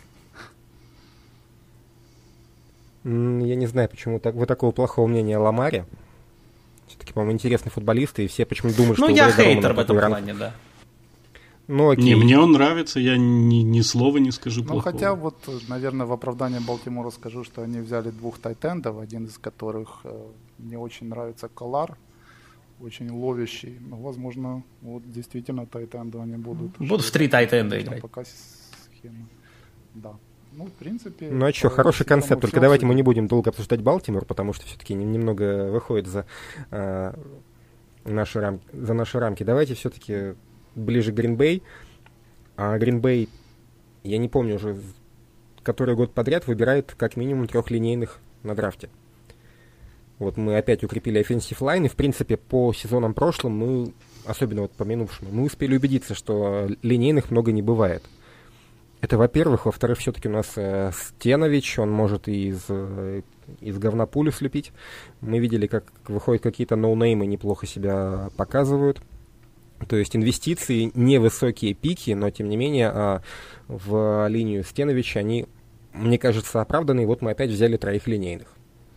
B: Я не знаю, почему так, вы такого плохого мнения о Ламаре. Все-таки, по-моему, интересный футболист, и все почему-то думают,
E: ну,
B: что...
E: Ну, я
B: у
E: хейтер в этом
B: ранг.
E: плане, да.
B: Ну, окей.
D: Не, мне он нравится, я ни, ни слова не скажу
F: Ну,
D: плохого.
F: хотя вот, наверное, в оправдание Балтимора скажу, что они взяли двух тайтендов, один из которых э, мне очень нравится Колар, очень ловящий. Ну, возможно, вот действительно тайтенды они будут.
E: Будут в три тайтенда играть.
F: Пока схема. Да. Ну, в принципе...
B: Ну а что, хороший концепт, только давайте мы не будем долго обсуждать Балтимор, потому что все-таки немного выходит за, э, наши рам... за наши рамки. Давайте все-таки ближе к Грин-Бэй. А Грин-Бэй, я не помню уже, который год подряд выбирает как минимум трехлинейных на драфте. Вот мы опять укрепили offensive line, и в принципе по сезонам прошлым мы, особенно вот по минувшему, мы успели убедиться, что линейных много не бывает. Это, во-первых. Во-вторых, все-таки у нас э, Стенович, он может и из, э, из говна пулю слепить. Мы видели, как выходят какие-то ноунеймы, неплохо себя показывают. То есть инвестиции, невысокие пики, но тем не менее э, в линию Стеновича они, мне кажется, оправданы. И вот мы опять взяли троих линейных.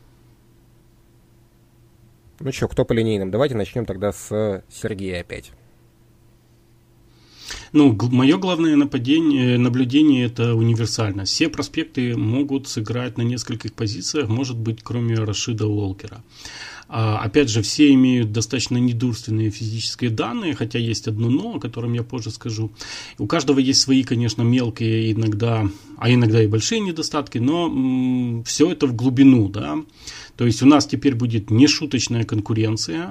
B: Ну что, кто по линейным? Давайте начнем тогда с Сергея опять.
D: Ну, г- мое главное нападение, наблюдение – это универсальность. Все проспекты могут сыграть на нескольких позициях, может быть, кроме Рашида Уолкера. А, опять же, все имеют достаточно недурственные физические данные, хотя есть одно «но», о котором я позже скажу. У каждого есть свои, конечно, мелкие иногда, а иногда и большие недостатки, но м- все это в глубину, да. То есть у нас теперь будет нешуточная конкуренция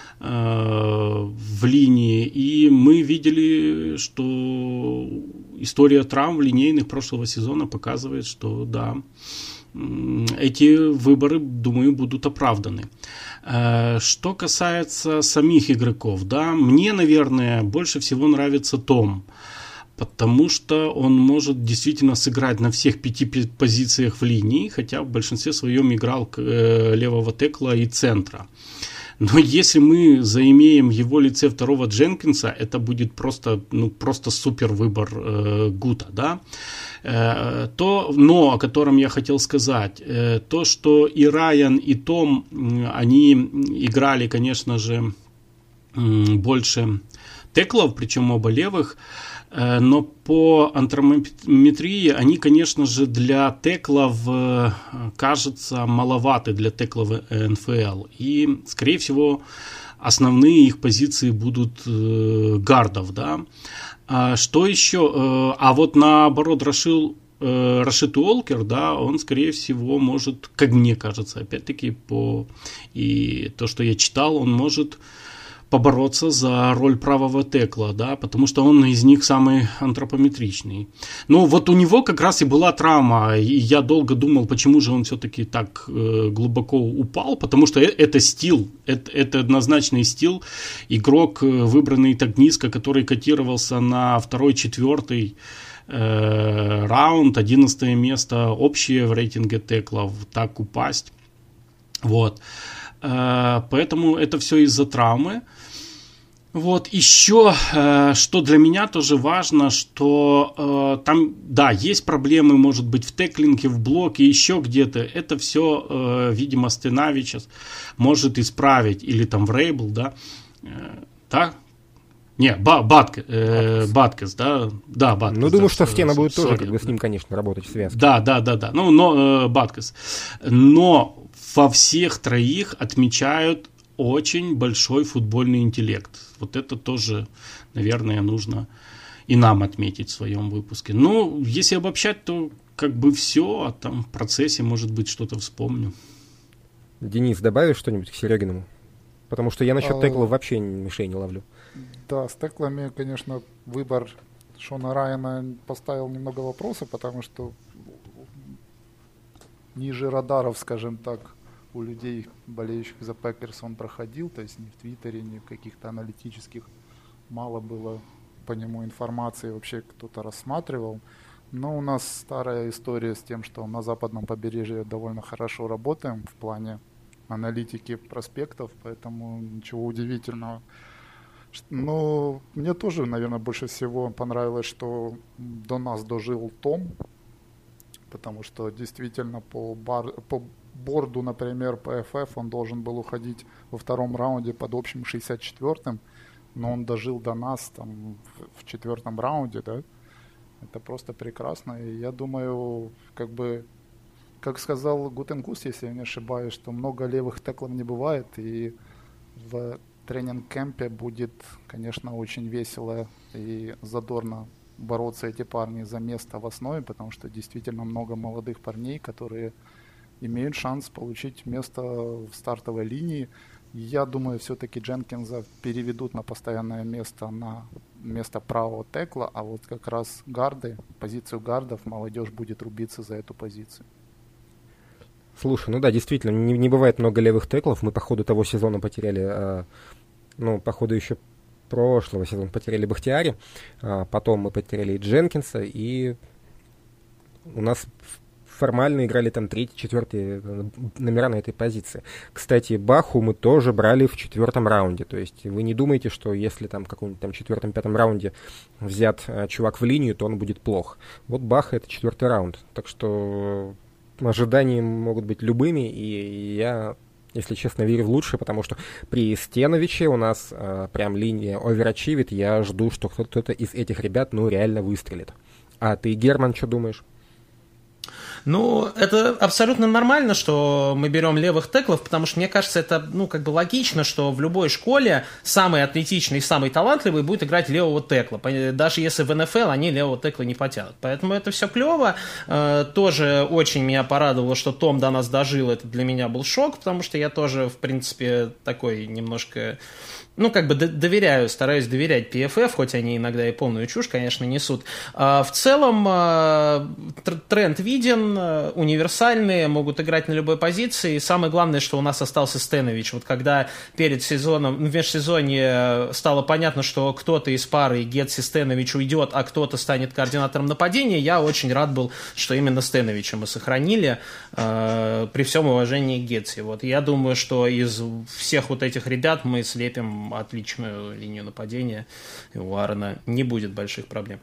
D: в линии, и мы видели, что история травм линейных прошлого сезона показывает, что да, эти выборы, думаю, будут оправданы. Что касается самих игроков, да, мне, наверное, больше всего нравится Том, потому что он может действительно сыграть на всех пяти позициях в линии, хотя в большинстве своем играл левого текла и центра. Но если мы заимеем в его лице второго Дженкинса, это будет просто, ну, просто супер выбор э, Гута, да. Э, то, но, о котором я хотел сказать, э, то, что и Райан, и Том, э, они играли, конечно же, э, больше теклов, причем оба левых, но по антропометрии они, конечно же, для теклов кажутся маловаты, для теклов эн эф эл. И, скорее всего, основные их позиции будут гардов, да. Что еще? А вот наоборот, Рашил, Рашид Уолкер, да, он, скорее всего, может, как мне кажется, опять-таки, по и то, что я читал, он может побороться за роль правого текла, да, потому что он из них самый антропометричный. Но вот у него как раз и была травма, и я долго думал, почему же он все-таки так э, глубоко упал, потому что это стил, это, это однозначный стил, игрок, выбранный так низко, который котировался на второй, четвертый э, раунд, одиннадцатое место общее в рейтинге теклов, так упасть, вот. Поэтому это все из-за травмы. Вот, еще, что для меня тоже важно, что там, да, есть проблемы, может быть, в теклинге, в блоке, еще где-то. Это все, видимо, Стенавич может исправить. Или там в Рейбл, да. Да? Не, Баткес, э, Баткес, да, да, Баткес.
B: Ну, думаю,
D: да,
B: что Стена будет
D: sorry.
B: тоже, как бы с ним, конечно, работать в связке.
D: Да, да, да, да, ну, но э, Баткес. Но во всех троих отмечают очень большой футбольный интеллект. Вот это тоже, наверное, нужно и нам отметить в своем выпуске. Ну, если обобщать, то как бы все, а там в процессе, может быть, что-то вспомню.
B: Денис, добавишь что-нибудь к Серегиному? Потому что я насчет
F: А...
B: текла вообще мишень не ловлю.
F: Да, с теклами, конечно, выбор Шона Райана поставил немного вопросов, потому что ниже радаров, скажем так, у людей, болеющих за Пекерс, он проходил, то есть ни в Твиттере, ни в каких-то аналитических мало было по нему информации, вообще кто-то рассматривал. Но у нас старая история с тем, что на западном побережье довольно хорошо работаем в плане аналитики проспектов, поэтому ничего удивительного. Но мне тоже, наверное, больше всего понравилось, что до нас дожил Том, потому что действительно по, бар, по борду, например, по эф эф он должен был уходить во втором раунде под общим шестьдесят четвёртым, но он дожил до нас там в, в четвертом раунде, да. Это просто прекрасно, и я думаю, как бы, как сказал Гутенгус, если я не ошибаюсь, что много левых теклов не бывает, и в тренинг-кемпе будет, конечно, очень весело и задорно бороться эти парни за место в основе, потому что действительно много молодых парней, которые имеют шанс получить место в стартовой линии. Я думаю, все-таки Дженкинса переведут на постоянное место, на место правого текла, а вот как раз гарды, позицию гардов, молодежь будет рубиться за эту позицию.
B: Слушай, ну да, действительно, не, не бывает много левых теклов. Мы по ходу того сезона потеряли, а, ну, по ходу еще прошлого сезона потеряли Бахтиари, а потом мы потеряли и Дженкинса, и у нас формально играли там третий, четвертый номера на этой позиции. Кстати, Баху мы тоже брали в четвертом раунде. То есть вы не думаете, что если там в каком-нибудь там четвертом-пятом раунде взят а, чувак в линию, то он будет плох. Вот Баха — это четвертый раунд. Так что ожидания могут быть любыми, и я Если честно, верю в лучшее, потому что при Стеновиче у нас э, прям линия оверачивит. Я жду, что кто-то из этих ребят, ну, реально выстрелит. А ты, Герман, что думаешь?
E: Ну, это абсолютно нормально, что мы берем левых теклов, потому что, мне кажется, это, ну, как бы логично, что в любой школе самый атлетичный и самый талантливый будет играть левого текла. Даже если в эн эф эл они левого текла не потянут. Поэтому это все клево. Тоже очень меня порадовало, что Том до нас дожил. Это для меня был шок, потому что я тоже, в принципе, такой немножко... Ну, как бы доверяю, стараюсь доверять пи эф эф, хоть они иногда и полную чушь, конечно, несут. А в целом тренд виден, универсальные, могут играть на любой позиции. И самое главное, что у нас остался Стенович. Вот когда перед сезоном, в межсезонье стало понятно, что кто-то из пары Гетси Стенович уйдет, а кто-то станет координатором нападения, я очень рад был, что именно Стеновича мы сохранили, при всем уважении к Гетси. Вот. Я думаю, что из всех вот этих ребят мы слепим отличную линию нападения, и у Аарона не будет больших проблем.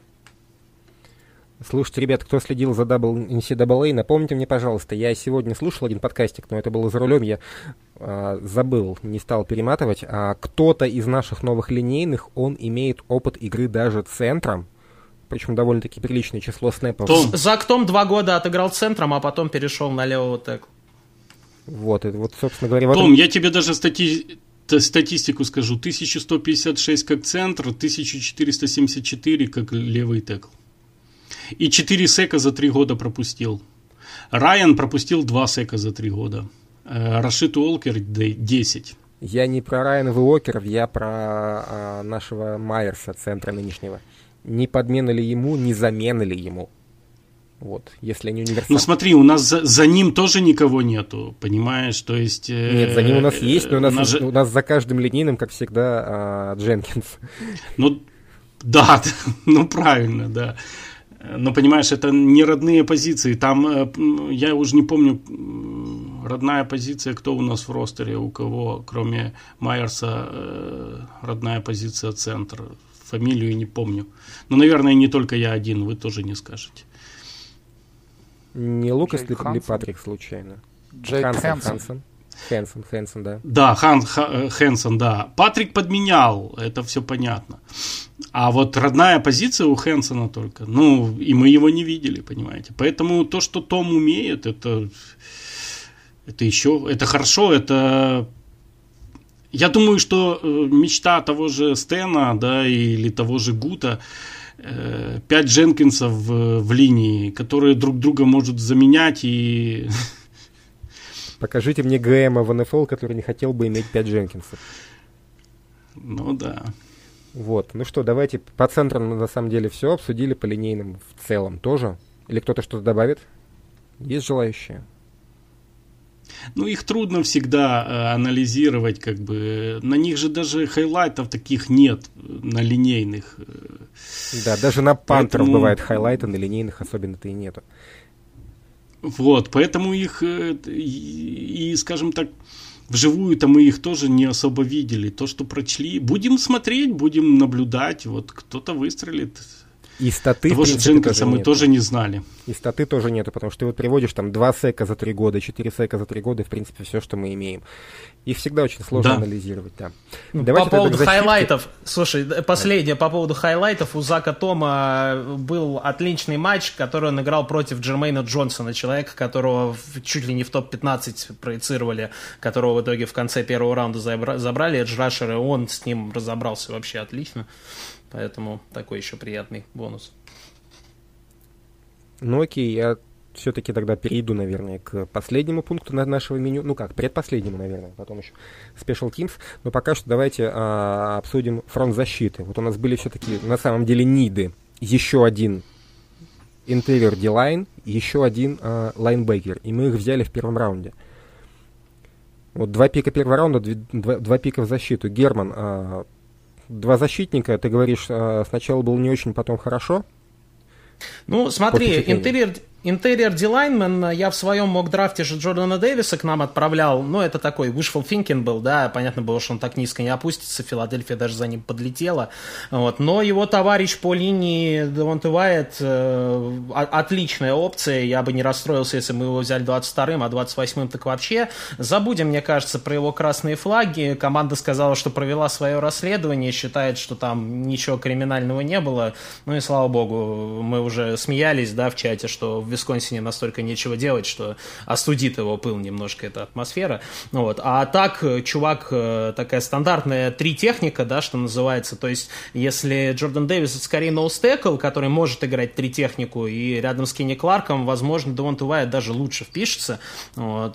B: Слушайте, ребят, кто следил за эн си эй эй, напомните мне, пожалуйста, я сегодня слушал один подкастик, но это было за рулем, я э, забыл, не стал перематывать. А кто-то из наших новых линейных, он имеет опыт игры даже центром, причем довольно-таки приличное число снэпов.
E: Том. Зак Том два года отыграл центром, а потом перешел на левого текла.
B: Вот, это вот, собственно говоря...
D: Том,
B: этом...
D: я тебе даже стати... статистику скажу. тысяча сто пятьдесят шесть как центр, тысяча четыреста семьдесят четыре как левый текл. И четыре сека за три года пропустил. Райан пропустил два сека за три года. Рашид Уолкер десять.
B: Я не про Райана Уокеров, я про а, нашего Майерса, центра нынешнего. Не подмена ли ему, не замена ли ему. Вот, если они универсальны.
D: Ну смотри, у нас за, за ним тоже никого нету, понимаешь, то есть... Э,
B: Нет, за ним у нас есть, но у нас,
D: нас, же...
B: у нас за каждым линейным, как всегда, э, Дженкинс.
D: Ну, да, ну правильно, да. Но понимаешь, это не родные позиции, там, э, я уже не помню, родная позиция, кто у нас в ростере, у кого, кроме Майерса, э, родная позиция центр, фамилию не помню. Но, наверное, не только я один, вы тоже не скажете.
B: Не Лукас ли, ли Патрик случайно?
F: Джейк
B: Хэнсон.
F: Хэнсон.
B: Хэнсон, Хэнсон, да.
D: Да, Хан, Ха, Хэнсон, да. Патрик подменял, это все понятно. А вот родная позиция у Хэнсона только. Ну, и мы его не видели, понимаете. Поэтому то, что Том умеет, это, это еще, это хорошо, это... Я думаю, что мечта того же Стэна, да, или того же Гута, пять Дженкинсов в, в линии, которые друг друга могут заменять и...
B: Покажите мне ГМа в эн эф эл, который не хотел бы иметь пять Дженкинсов.
D: Ну да.
B: Вот, ну что, давайте по центрам на самом деле все обсудили, по линейным в целом тоже. Или кто-то что-то добавит? Есть желающие?
D: Ну, их трудно всегда э, анализировать, как бы. На них же даже хайлайтов таких нет, на линейных.
B: Да, даже на пантеров
D: поэтому...
B: бывают хайлайты, на линейных особенно-то и нету.
D: Вот, поэтому их, э, и, и, скажем так, вживую-то мы их тоже не особо видели. То, что прочли, будем смотреть, будем наблюдать, вот кто-то выстрелит.
B: И статы,
D: того
B: в принципе,
D: Дженкинса мы
B: нету.
D: тоже не знали.
B: И статы тоже нету, потому что ты вот приводишь там два сека за три года, четыре сека за три года, в принципе, все, что мы имеем. Их всегда очень сложно
D: да.
B: анализировать, да.
E: Давайте по поводу хайлайтов, слушай, последнее, по поводу хайлайтов, у Зака Тома был отличный матч, который он играл против Джермейна Джонсона, человека, которого чуть ли не в топ пятнадцать проецировали, которого в итоге в конце первого раунда забрали, Эдж Рашер, и он с ним разобрался вообще отлично. Поэтому такой еще приятный бонус.
B: Ну окей, я все-таки тогда перейду, наверное, к последнему пункту нашего меню. Ну как, предпоследнему, наверное, потом еще Special Teams. Но пока что давайте а, обсудим фронт защиты. Вот у нас были все-таки на самом деле ниды. Еще один интерьер D-line, еще один а, лайнбекер. И мы их взяли в первом раунде. Вот два пика первого раунда, два, два пика в защиту. Герман, а, два защитника, ты говоришь, а, сначала был не очень, потом хорошо?
E: Ну, смотри, интерьер, Interior D-lineman, я в своем мок-драфте же Джордана Дэвиса к нам отправлял, ну, это такой wishful thinking был, да, понятно было, что он так низко не опустится, Филадельфия даже за ним подлетела, вот, но его товарищ по линии Девонте Уайт, э, отличная опция, я бы не расстроился, если мы его взяли двадцать вторым, а двадцать восьмым так вообще. Забудем, мне кажется, про его красные флаги, команда сказала, что провела свое расследование, считает, что там ничего криминального не было, ну и слава богу, мы уже смеялись, да, в чате, что в Висконсине настолько нечего делать, что остудит его пыл немножко эта атмосфера. Вот. А так, чувак, такая стандартная три техника, да, что называется. То есть, если Джордан Дэвис это скорее ноустекл, который может играть три технику, и рядом с Кенни Кларком, возможно, Девонте Уайт даже лучше впишется. Вот.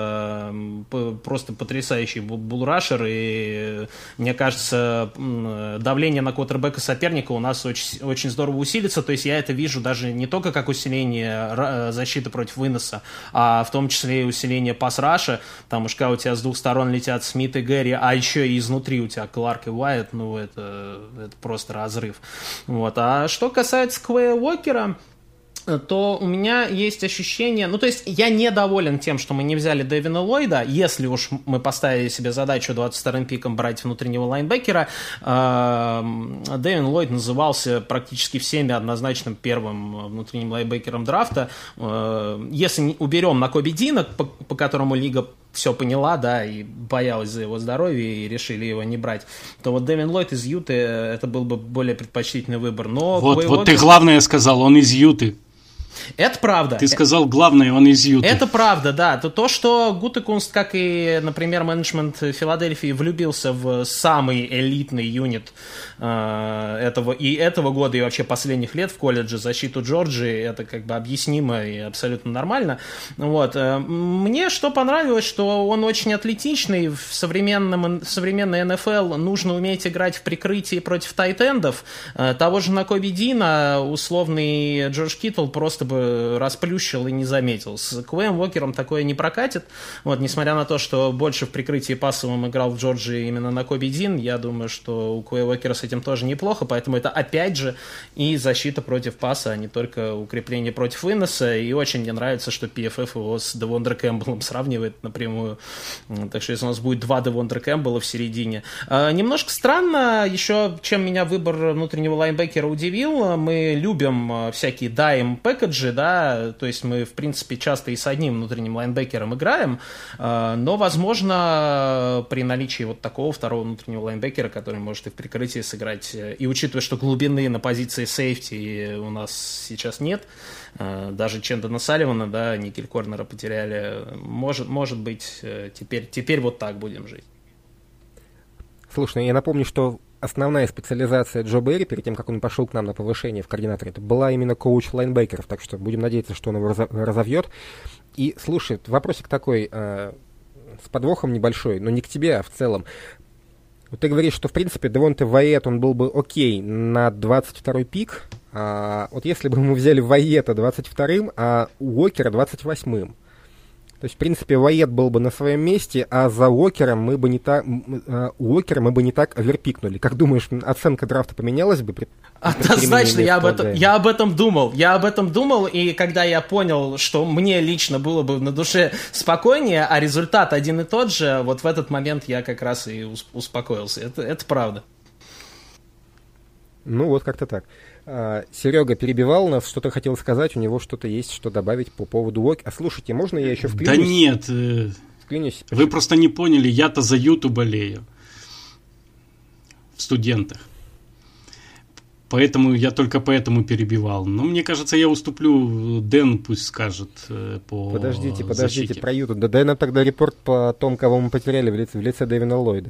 E: Просто потрясающий булрашер, и мне кажется, давление на квотербека соперника у нас очень, очень здорово усилится. То есть, я это вижу даже не только как усиление защиты против выноса, а в том числе и усиление пас-раша, потому что когда у тебя с двух сторон летят Смит и Гэри, а еще и изнутри у тебя Кларк и Уайт, ну это, это просто разрыв. Вот. А что касается Квея Уокера, то у меня есть ощущение... Ну, то есть, я недоволен тем, что мы не взяли Дэвина Ллойда, если уж мы поставили себе задачу двадцать вторым пиком брать внутреннего лайнбекера. Дэвин Ллойд назывался практически всеми однозначным первым внутренним лайнбекером драфта. Если уберем Накоби Дина, по, по которому лига все поняла, да, и боялась за его здоровье, и решили его не брать, то вот Дэвин Ллойд из Юты, это был бы более предпочтительный выбор. Но
D: вот, вот ты главное сказал, он из Юты.
E: Это правда.
D: Ты сказал главное, он из Юты.
E: Это правда, да. То, то что Гутекунст, как и, например, менеджмент Филадельфии, влюбился в самый элитный юнит э, этого и этого года, и вообще последних лет в колледже, защиту Джорджии, это как бы объяснимо и абсолютно нормально. Вот. Мне что понравилось, что он очень атлетичный. В, современном, в современной эн эф эл нужно уметь играть в прикрытии против тайтендов. Того же Накоби Дина условный Джордж Киттл просто бы расплющил и не заметил. С Квеем Уокером такое не прокатит. Вот, несмотря на то, что больше в прикрытии пассовым играл в Джорджии именно Накоби Дин, я думаю, что у Квея Уокера с этим тоже неплохо, поэтому это опять же и защита против паса, а не только укрепление против выноса. И очень мне нравится, что пи эф эф его с Девондре Кэмпбеллом сравнивает напрямую. Так что если у нас будет два Девондре Кэмпбелла в середине. А, немножко странно еще, чем меня выбор внутреннего лайнбекера удивил. Мы любим всякие дайм пэкэджи, да, то есть мы, в принципе, часто и с одним внутренним лайнбекером играем, но, возможно, при наличии вот такого второго внутреннего лайнбекера, который может и в прикрытии сыграть, и учитывая, что глубины на позиции сейфти у нас сейчас нет, даже Чендона Салливана, да, никель корнера потеряли, может, может быть, теперь, теперь вот так будем жить.
B: Слушай, ну я напомню, что основная специализация Джо Берри, перед тем, как он пошел к нам на повышение в координаторе, это была именно коуч лайнбекеров, так что будем надеяться, что он его разовьет. И, слушай, вопросик такой, э, с подвохом небольшой, но не к тебе, а в целом. Вот ты говоришь, что, в принципе, Девонте Уайт, он был бы окей на двадцать второй пик, а вот если бы мы взяли Уайта двадцать вторым, а Уокера двадцать восьмым, то есть, в принципе, Уайт был бы на своем месте, а за Уокером мы бы не так, Уокера мы бы не так оверпикнули. Как думаешь, оценка драфта поменялась бы? При,
E: Однозначно, я об, этом, я об этом думал. Я об этом думал, и когда я понял, что мне лично было бы на душе спокойнее, а результат один и тот же, вот в этот момент я как раз и успокоился. Это, это правда.
B: Ну, вот как-то так. А, Серега перебивал нас, что-то хотел сказать, у него что-то есть, что добавить по поводу Уокера. А слушайте, можно я еще вклинюсь?
D: Да нет, э,
B: вклинюсь?
D: Вы просто не поняли, я-то за Юту болею в студентах. Поэтому я только поэтому перебивал. Но мне кажется, я уступлю, Дэн пусть скажет э, по
B: Подождите, подождите,
D: защите.
B: про Юту. Да дай нам тогда репорт по том, кого мы потеряли в лице, в лице Дэвина Ллойда.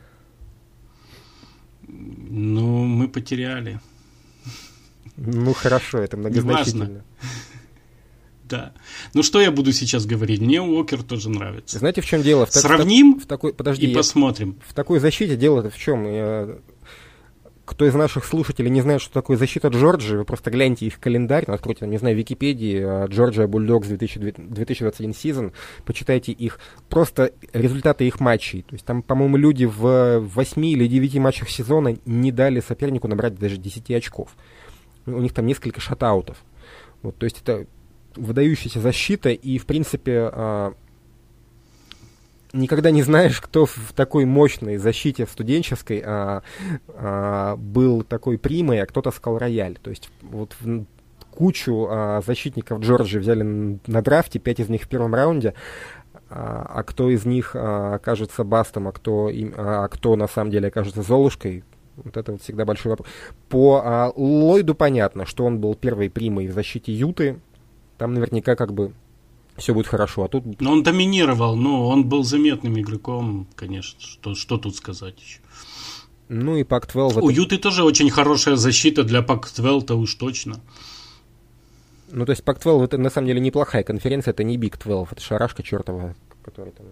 D: Ну, мы потеряли.
B: Ну, хорошо, это многозначительно.
D: Неважно. Да. Ну, что я буду сейчас говорить? Мне Уокер тоже нравится.
B: Знаете, в чем дело? В,
D: Сравним
B: в, в такой, подожди,
D: и
B: я,
D: посмотрим.
B: В такой защите дело-то в чем? Я, кто из наших слушателей не знает, что такое защита Джорджии, вы просто гляньте их календарь, откройте, не знаю, Википедии, Джорджия Бульдогс две тысячи двадцать один сезон, почитайте их, просто результаты их матчей. То есть там, по-моему, люди в восьми или девяти матчах сезона не дали сопернику набрать даже десять очков. У них там несколько шатаутов. Вот, то есть это выдающаяся защита, и, в принципе, э, никогда не знаешь, кто в такой мощной защите в студенческой э, э, был такой примой, а кто таскал рояль. То есть вот в, кучу э, защитников Джорджии взяли на драфте, пять из них в первом раунде, а, а кто из них а, окажется бастом, а кто, им, а кто на самом деле окажется Золушкой, вот это вот всегда большой вопрос. По а, Ллойду понятно, что он был первой примой в защите Юты, там наверняка как бы все будет хорошо, а тут...
D: Но он доминировал, но он был заметным игроком, конечно, что, что тут сказать еще.
B: Ну и пак двенадцать...
D: У это... Юты тоже очень хорошая защита, для пак двенадцать-то уж точно.
B: Ну, то есть пак двенадцать это на самом деле неплохая конференция, это не биг двенадцать, это шарашка чертова, которая там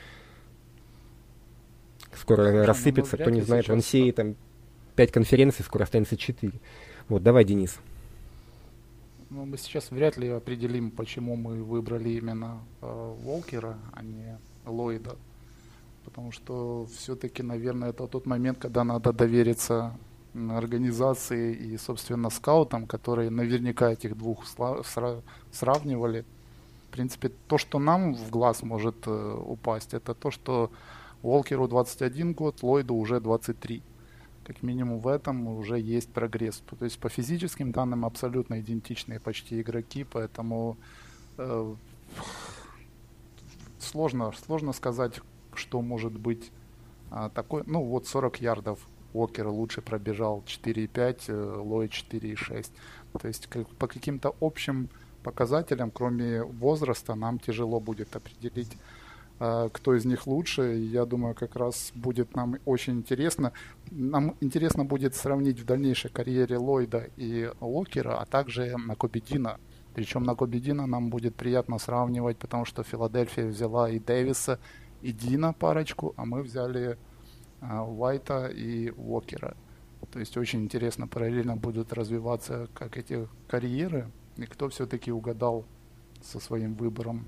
B: скоро Слушай, рассыпется, кто не знает, в эн си эй эй там пять конференций, скоро останется четыре. Вот, давай, Денис.
F: Ну, мы сейчас вряд ли определим, почему мы выбрали именно э, Волкера, а не Ллойда. Потому что все-таки, наверное, это тот момент, когда надо довериться организации и, собственно, скаутам, которые наверняка этих двух сра- сравнивали. В принципе, то, что нам в глаз может э, упасть, это то, что Волкеру двадцать один год, Ллойду уже двадцать три. Как минимум в этом уже есть прогресс. То есть по физическим данным абсолютно идентичные почти игроки, поэтому э, сложно, сложно сказать, что может быть а, такой. Ну вот сорок ярдов Уокер лучше пробежал четыре и пять, Ллойд четыре и шесть. То есть как, по каким-то общим показателям, кроме возраста, нам тяжело будет определить, э, кто из них лучше. Я думаю, как раз будет нам очень интересно. Нам интересно будет сравнить в дальнейшей карьере Ллойда и Уокера, а также Накобедина. Причем Накобедина нам будет приятно сравнивать, потому что Филадельфия взяла и Дэвиса, и Дина парочку, а мы взяли а, Уайта и Уокера. То есть очень интересно параллельно будут развиваться как эти карьеры, и кто все-таки угадал со своим выбором.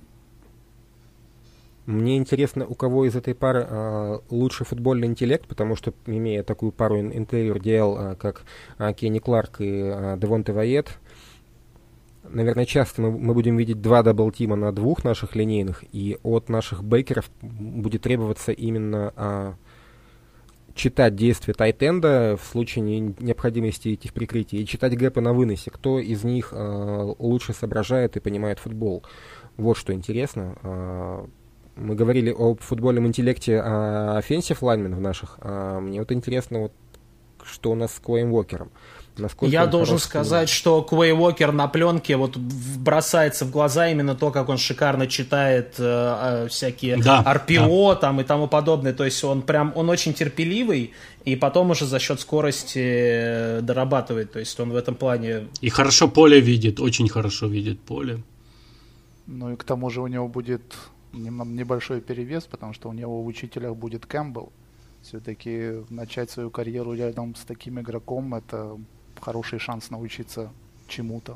B: Мне интересно, у кого из этой пары э, лучший футбольный интеллект, потому что, имея такую пару интерьер ди эл, э, как э, Кенни Кларк и э, Девонте Вайет, наверное, часто мы, мы будем видеть два даблтима на двух наших линейных, и от наших бейкеров будет требоваться именно э, читать действия тайтенда в случае не, необходимости идти в прикрытие, и читать гэпы на выносе. Кто из них э, лучше соображает и понимает футбол. Вот что интересно. Э, Мы говорили о футбольном интеллекте офенсив лайнмен в наших. А мне вот интересно, вот, что у нас с Куэем Уокером. Насколько
E: Я должен сказать, что Куэй Уокер на пленке вот бросается в глаза именно то, как он шикарно читает э, всякие
D: да,
E: ар пи о
D: да.
E: там, и тому подобное. То есть он прям он очень терпеливый, и потом уже за счет скорости дорабатывает. То есть он в этом плане...
D: И хорошо поле видит, очень хорошо видит поле.
F: Ну и к тому же у него будет... небольшой перевес, потому что у него в учителях будет Кэмпбелл. Все-таки начать свою карьеру рядом с таким игроком — это хороший шанс научиться чему-то.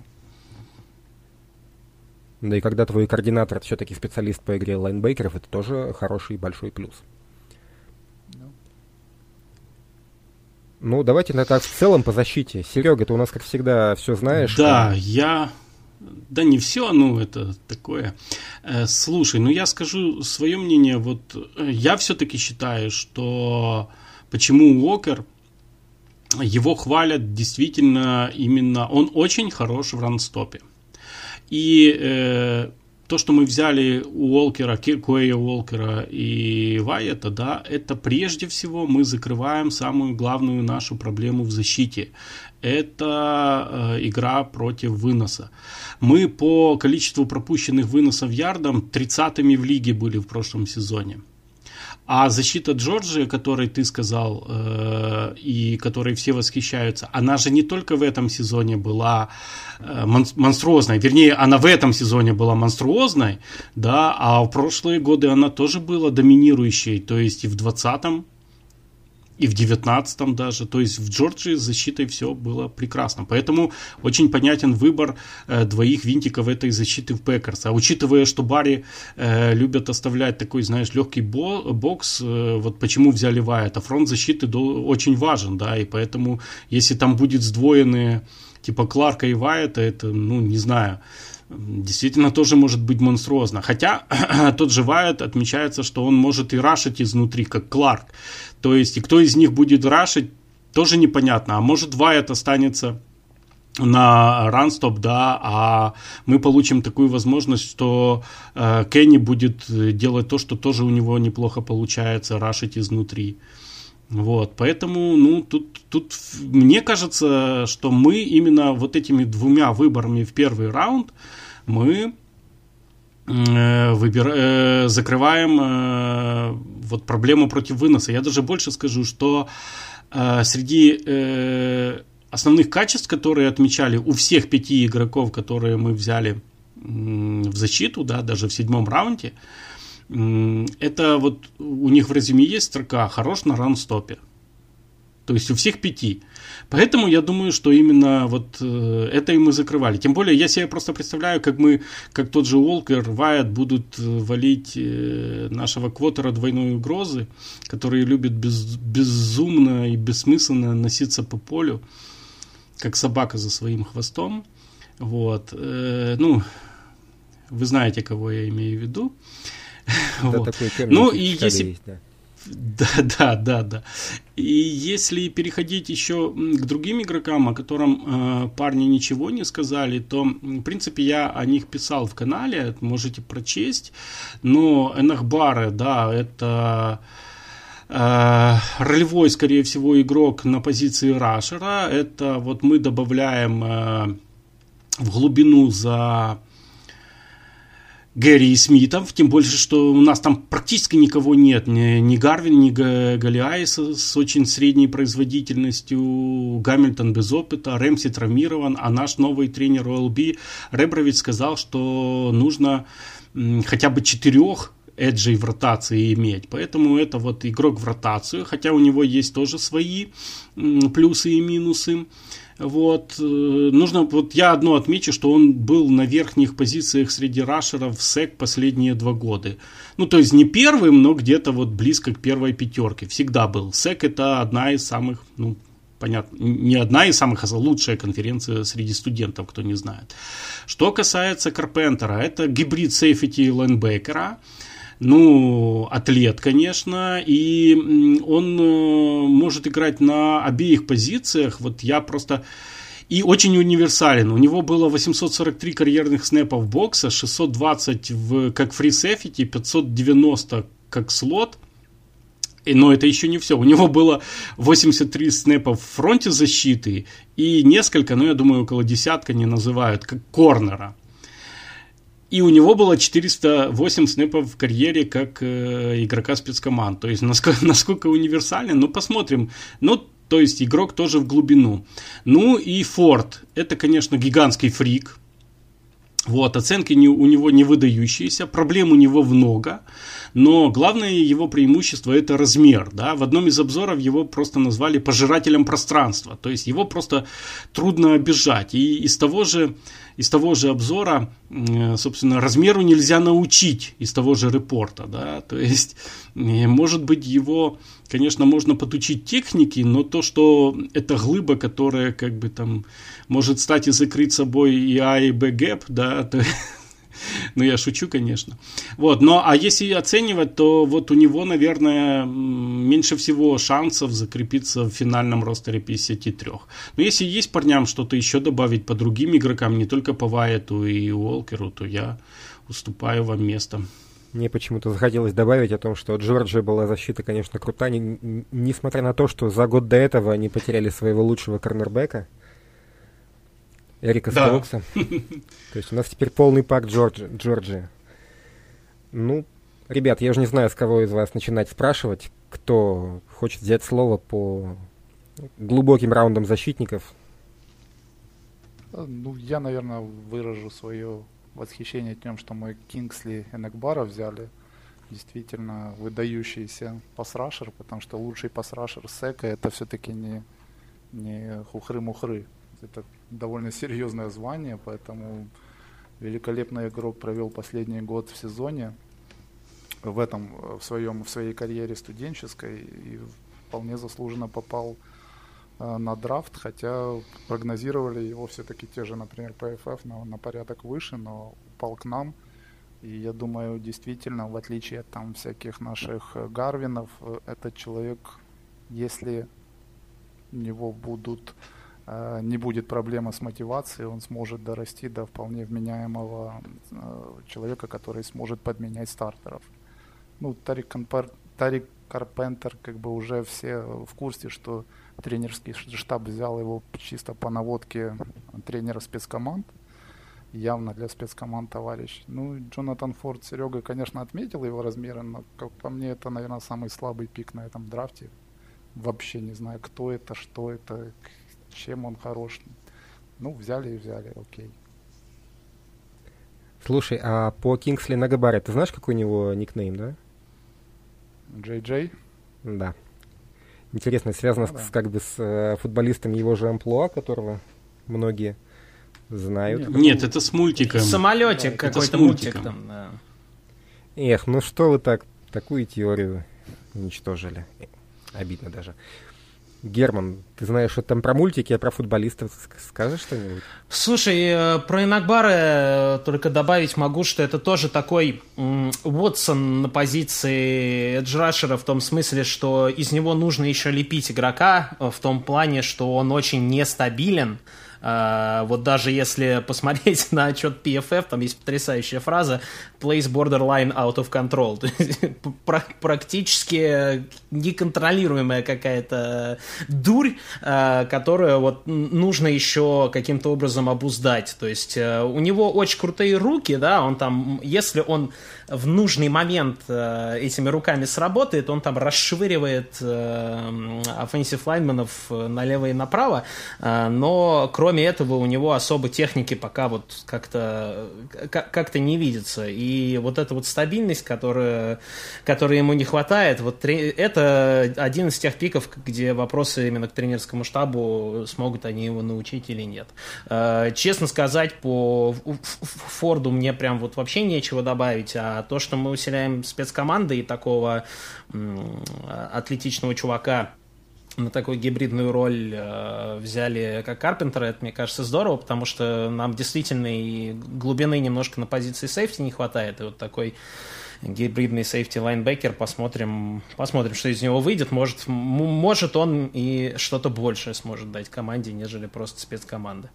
B: Да и когда твой координатор все-таки специалист по игре лайнбекеров, это тоже хороший большой плюс. No. Ну, давайте на так в целом по защите. Серега, ты у нас, как всегда, все знаешь.
D: Да, а... я... Да не все, ну это такое. Э, слушай, ну я скажу свое мнение. Вот я все-таки считаю, что почему Уокер, его хвалят действительно именно, он очень хорош в ранстопе. И э, то, что мы взяли у Уолкера, Куэя Уокера и Вайета, да, это прежде всего мы закрываем самую главную нашу проблему в защите. Это э, игра против выноса. Мы по количеству пропущенных выносов ярдом тридцатыми в лиге были в прошлом сезоне. А защита Джорджии, о которой ты сказал, э, и которой все восхищаются, она же не только в этом сезоне была э, монструозной. Вернее, она в этом сезоне была монструозной, да, а в прошлые годы она тоже была доминирующей. То есть и в двадцатом, и в девятнадцатом даже. То есть в Джорджии с защитой все было прекрасно. Поэтому очень понятен выбор э, двоих винтиков этой защиты в Пекерс. А учитывая, что Барри э, любят оставлять такой, знаешь, легкий бо- бокс, э, вот почему взяли Вайета. Фронт защиты до- очень важен, да, и поэтому если там будет сдвоенные типа Кларка и Вайета, это, ну, не знаю, действительно тоже может быть монструозно. Хотя тот же Вайет отмечается, что он может и рашить изнутри, как Кларк. То есть, и кто из них будет рашить, тоже непонятно. А может, Вайет останется на ранстоп, да, а мы получим такую возможность, что э, Кенни будет делать то, что тоже у него неплохо получается, рашить изнутри. Вот, поэтому, ну, тут, тут мне кажется, что мы именно вот этими двумя выборами в первый раунд мы э, выбира, э, закрываем э, вот проблему против выноса. Я даже больше скажу, что э, среди э, основных качеств, которые отмечали у всех пяти игроков, которые мы взяли э, в защиту, да, даже в седьмом раунде, это вот у них в резюме есть строка «хорош на ранстопе». То есть у всех пяти. Поэтому я думаю, что именно вот э, это и мы закрывали. Тем более я себе просто представляю, как мы, как тот же Уолкер, Вайет будут валить э, нашего квотера двойной угрозы, который любит без, безумно и бессмысленно носиться по полю, как собака за своим хвостом. Вот. Э, ну, вы знаете, кого я имею в виду.
B: Да,
D: вот.
B: такой
D: Ну и если...
B: есть, да.
D: Да, да, да, да. И если переходить еще к другим игрокам, о котором э, парни ничего не сказали, то, в принципе, я о них писал в канале, можете прочесть. Но Энахбаре, да, это э, ролевой, скорее всего, игрок на позиции рашера. Это вот мы добавляем э, в глубину за Гэри и Смитов, тем больше, что у нас там практически никого нет, ни, ни Гарвин, ни Галиай с, с очень средней производительностью, Гамильтон без опыта, Рэмси травмирован, а наш новый тренер о эл би Ребрович сказал, что нужно м, хотя бы четырех эджей в ротации иметь, поэтому это вот игрок в ротацию, хотя у него есть тоже свои м, плюсы и минусы. Вот, нужно, вот я одно отмечу, что он был на верхних позициях среди рашеров в сэк последние два года. Ну, то есть не первым, но где-то вот близко к первой пятерке. Всегда был. сэк это одна из самых, ну, понятно, не одна из самых, а лучшая конференция среди студентов, кто не знает. Что касается Карпентера, это гибрид сейфти и лайнбекера. Ну, атлет, конечно, и он э, может играть на обеих позициях. Вот я просто... И очень универсален. У него было восемьсот сорок три карьерных снэпов бокса, шестьсот двадцать в, как фри-сейфти, пятьсот девяносто как слот. И, но это еще не все. У него было восемьдесят три снэпа в фронте защиты и несколько, ну, я думаю, около десятка не называют, как корнера. И у него было четыреста восемь снэпов в карьере как э, игрока спецкоманд. То есть насколько, насколько универсален, ну посмотрим. Ну, то есть игрок тоже в глубину. Ну и Форд. Это, конечно, гигантский фрик. Вот, оценки не, у него не выдающиеся, проблем у него много, но главное его преимущество это размер. Да? В одном из обзоров его просто назвали пожирателем пространства, то есть его просто трудно обижать. И из того же, из того же обзора, собственно, размеру нельзя научить, из того же репорта. Да? То есть, может быть, его, конечно, можно подучить технике, но то, что это глыба, которая как бы там может стать и закрыть собой и А, и Б гэп, да, то, ну я шучу, конечно. Вот, но а если оценивать, то вот у него, наверное, меньше всего шансов закрепиться в финальном ростере пятидесяти трёх. Но если есть парням что-то еще добавить по другим игрокам, не только по Вайету и Уолкеру, то я уступаю вам место.
B: Мне почему-то захотелось добавить о том, что у Джорджии была защита, конечно, крутая, не, не, несмотря на то, что за год до этого они потеряли своего лучшего корнербека, Эрика
D: да.
B: Стокса. То есть у нас теперь полный пак Джорджи, Джорджии. Ну, ребят, я уже не знаю, с кого из вас начинать спрашивать, кто хочет взять слово по глубоким раундам защитников.
F: Ну, я, наверное, выражу свое восхищение тем, что мы Кингсли Энакбара взяли. Действительно выдающийся пасрашер, потому что лучший пасрашер сэка это все-таки не, не хухры-мухры. Это довольно серьезное звание, поэтому великолепный игрок провел последний год в сезоне, в этом, в, своем, в своей карьере студенческой, и вполне заслуженно попал э, на драфт, хотя прогнозировали его все-таки те же, например, пэ эф эф на, на порядок выше, но упал к нам. И я думаю, действительно, в отличие от там всяких наших Гарвинов, этот человек, если у него будут, э, не будет проблемы с мотивацией, он сможет дорасти до вполне вменяемого э, человека, который сможет подменять стартеров. Ну, Тарик, Компар, Тарик Карпентер, как бы уже все в курсе, что тренерский штаб взял его чисто по наводке тренера спецкоманд. Явно для спецкоманд товарищ. Ну, Джонатан Форд, Серега, конечно, отметил его размеры, но, как по мне, это, наверное, самый слабый пик на этом драфте. Вообще не знаю, кто это, что это, чем он хорош. Ну, взяли и взяли, окей.
B: Слушай, а по Кингсли Нагабаре ты знаешь, какой у него никнейм, да?
F: Джей Джей?
B: Да. Интересно, связано ну, с, да. как бы с э, футболистом его же амплуа, которого многие знают.
D: Нет, Нет это с мультиком.
E: Самолетик да, какой-то мультик там, да.
B: Эх, ну что вы так, такую теорию уничтожили. Обидно даже. Герман, ты знаешь, что там про мультики, а про футболистов скажешь что-нибудь?
E: Слушай, про Инакбара только добавить могу, что это тоже такой м- Уотсон на позиции эдж-рашера в том смысле, что из него нужно еще лепить игрока, в том плане, что он очень нестабилен. Uh, вот даже если посмотреть на отчет пи эф эф, там есть потрясающая фраза «plays borderline out of control». То есть, практически неконтролируемая какая-то дурь, uh, которую вот нужно еще каким-то образом обуздать. То есть uh, у него очень крутые руки, да, он там, если он в нужный момент uh, этими руками сработает, он там расшвыривает uh, offensive лайнменов налево и направо, uh, но кроме этого у него особо техники пока вот как-то, как-то не видится. И вот эта вот стабильность, которая, которой ему не хватает, вот это один из тех пиков, где вопросы именно к тренерскому штабу, смогут они его научить или нет. Честно сказать, по Форду мне прям вот вообще нечего добавить, а то, что мы усиляем спецкоманды и такого атлетичного чувака на такую гибридную роль э, взяли как Карпентера, это, мне кажется, здорово, потому что нам действительно и глубины немножко на позиции сейфти не хватает, и вот такой гибридный сейфти-лайнбекер, посмотрим, посмотрим, что из него выйдет, может, м- может он и что-то большее сможет дать команде, нежели просто спецкоманда.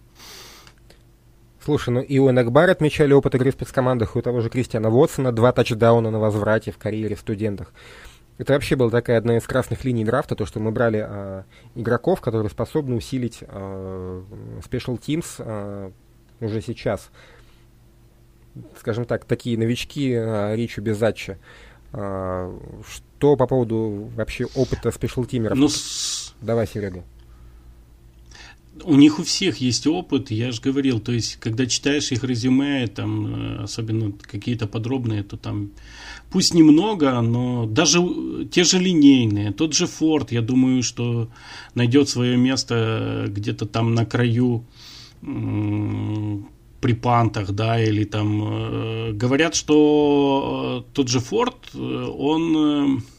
B: Слушай, ну и у Энакбара отмечали опыт игры в спецкомандах, и у того же Кристиана Уотсона два тачдауна на возврате в карьере в студентах. Это вообще была такая одна из красных линий драфта, то, что мы брали а, игроков, которые способны усилить а, Special Teams а, уже сейчас. Скажем так, такие новички а, Ричу Безачча. А, что по поводу вообще опыта спешл-тимеров?
D: Ну, с...
B: Давай, Серега.
D: У них у всех есть опыт, я же говорил, то есть, когда читаешь их резюме, там, особенно какие-то подробные, то там, пусть немного, но даже те же линейные, тот же Форд, я думаю, что найдет свое место где-то там на краю м- при пантах, да, или там, э- говорят, что тот же Форд, он... Э-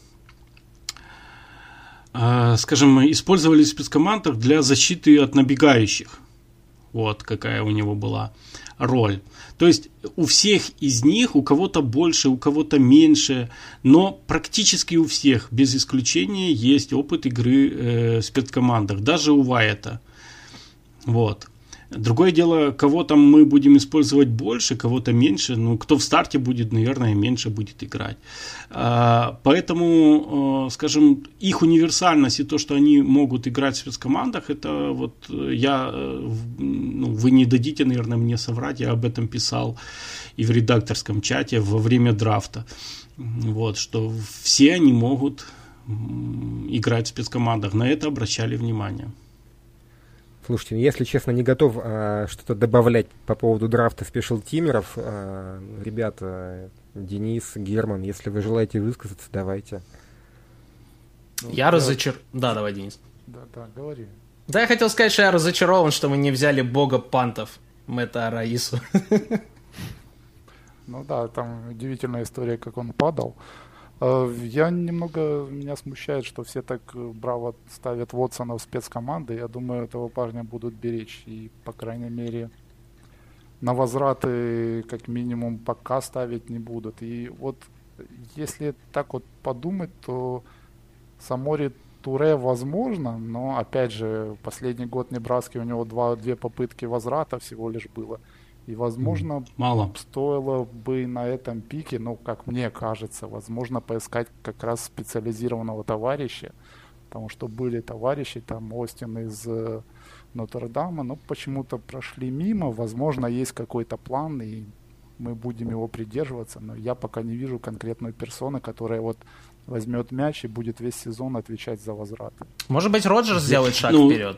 D: скажем, использовали в спецкомандах для защиты от набегающих. Вот какая у него была роль. То есть у всех из них, у кого-то больше, у кого-то меньше, но практически у всех, без исключения, есть опыт игры э, в спецкомандах. Даже у Вайета. Вот. Другое дело, кого-то мы будем использовать больше, кого-то меньше. Ну, кто в старте будет, наверное, меньше будет играть. А, поэтому, скажем, их универсальность и то, что они могут играть в спецкомандах, это вот я, ну, вы не дадите, наверное, мне соврать, я об этом писал и в редакторском чате во время драфта. Вот, что все они могут играть в спецкомандах. На это обращали внимание.
B: Слушайте, если честно, не готов а, что-то добавлять по поводу драфта спешл-тимеров. А, ребята, Денис, Герман, если вы желаете высказаться, давайте.
E: Ну, я разочарован. Да, давай, Денис.
F: Да, да, говори.
E: Да, я хотел сказать, что я разочарован, что мы не взяли бога пантов Мэтта Араису.
F: Ну да, там удивительная история, как он падал. Я немного, меня смущает, что все так браво ставят Уотсона в спецкоманды. Я думаю, этого парня будут беречь. И, по крайней мере, на возвраты как минимум пока ставить не будут. И вот если так вот подумать, то Самори Туре возможно, но опять же, последний год Небраски у него два, две попытки возврата всего лишь было. И, возможно,
D: мало
F: стоило бы на этом пике, ну, как мне кажется, возможно, поискать как раз специализированного товарища, потому что были товарищи, там, Остин из э, Нотр-Дама, но почему-то прошли мимо, возможно, есть какой-то план, и мы будем его придерживаться, но я пока не вижу конкретную персону, которая вот возьмет мяч и будет весь сезон отвечать за возврат.
E: Может быть, Роджерс сделает шаг
D: ну,
E: вперед?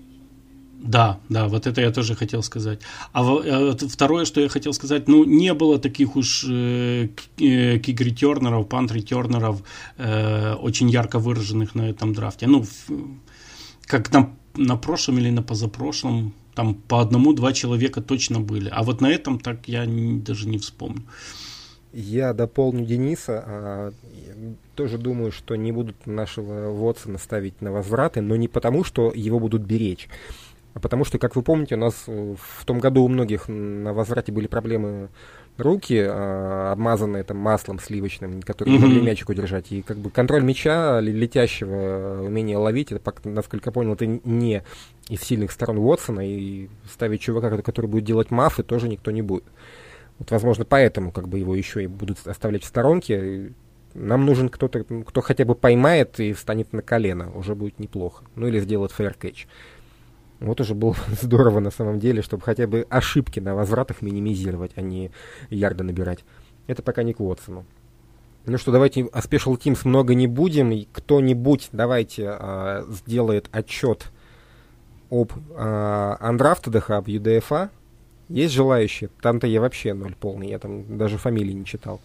D: Да, да, вот это я тоже хотел сказать. А второе, что я хотел сказать, ну, не было таких уж э, кик-ретернеров, пант-ретернеров э, очень ярко выраженных на этом драфте. Ну, как на, на прошлом или на позапрошлом, там по одному-два человека точно были. А вот на этом так я не, даже не вспомню.
B: Я дополню Дениса. А, тоже думаю, что не будут нашего Уотсона ставить на возвраты, но не потому, что его будут беречь, а потому что, как вы помните, у нас в том году у многих на возврате были проблемы руки, а, обмазанные там маслом сливочным, которые mm-hmm. не могли мячик удержать. И как бы контроль мяча, летящего, умение ловить, это, насколько я понял, это не из сильных сторон Уотсона, и ставить чувака, который будет делать мафы, тоже никто не будет. Вот, возможно, поэтому как бы его еще и будут оставлять в сторонке. Нам нужен кто-то, кто хотя бы поймает и встанет на колено. Уже будет неплохо. Ну или сделает фэйр-кэтч. Вот уже было здорово на самом деле, чтобы хотя бы ошибки на возвратах минимизировать, а не ярды набирать. Это пока не к Уотсону. Ну что, давайте о Special Teams много не будем. И кто-нибудь давайте а, сделает отчет об а, андрафтедах, об ю ди эф а. Есть желающие? Там-то я вообще ноль полный, я там даже фамилии не читал.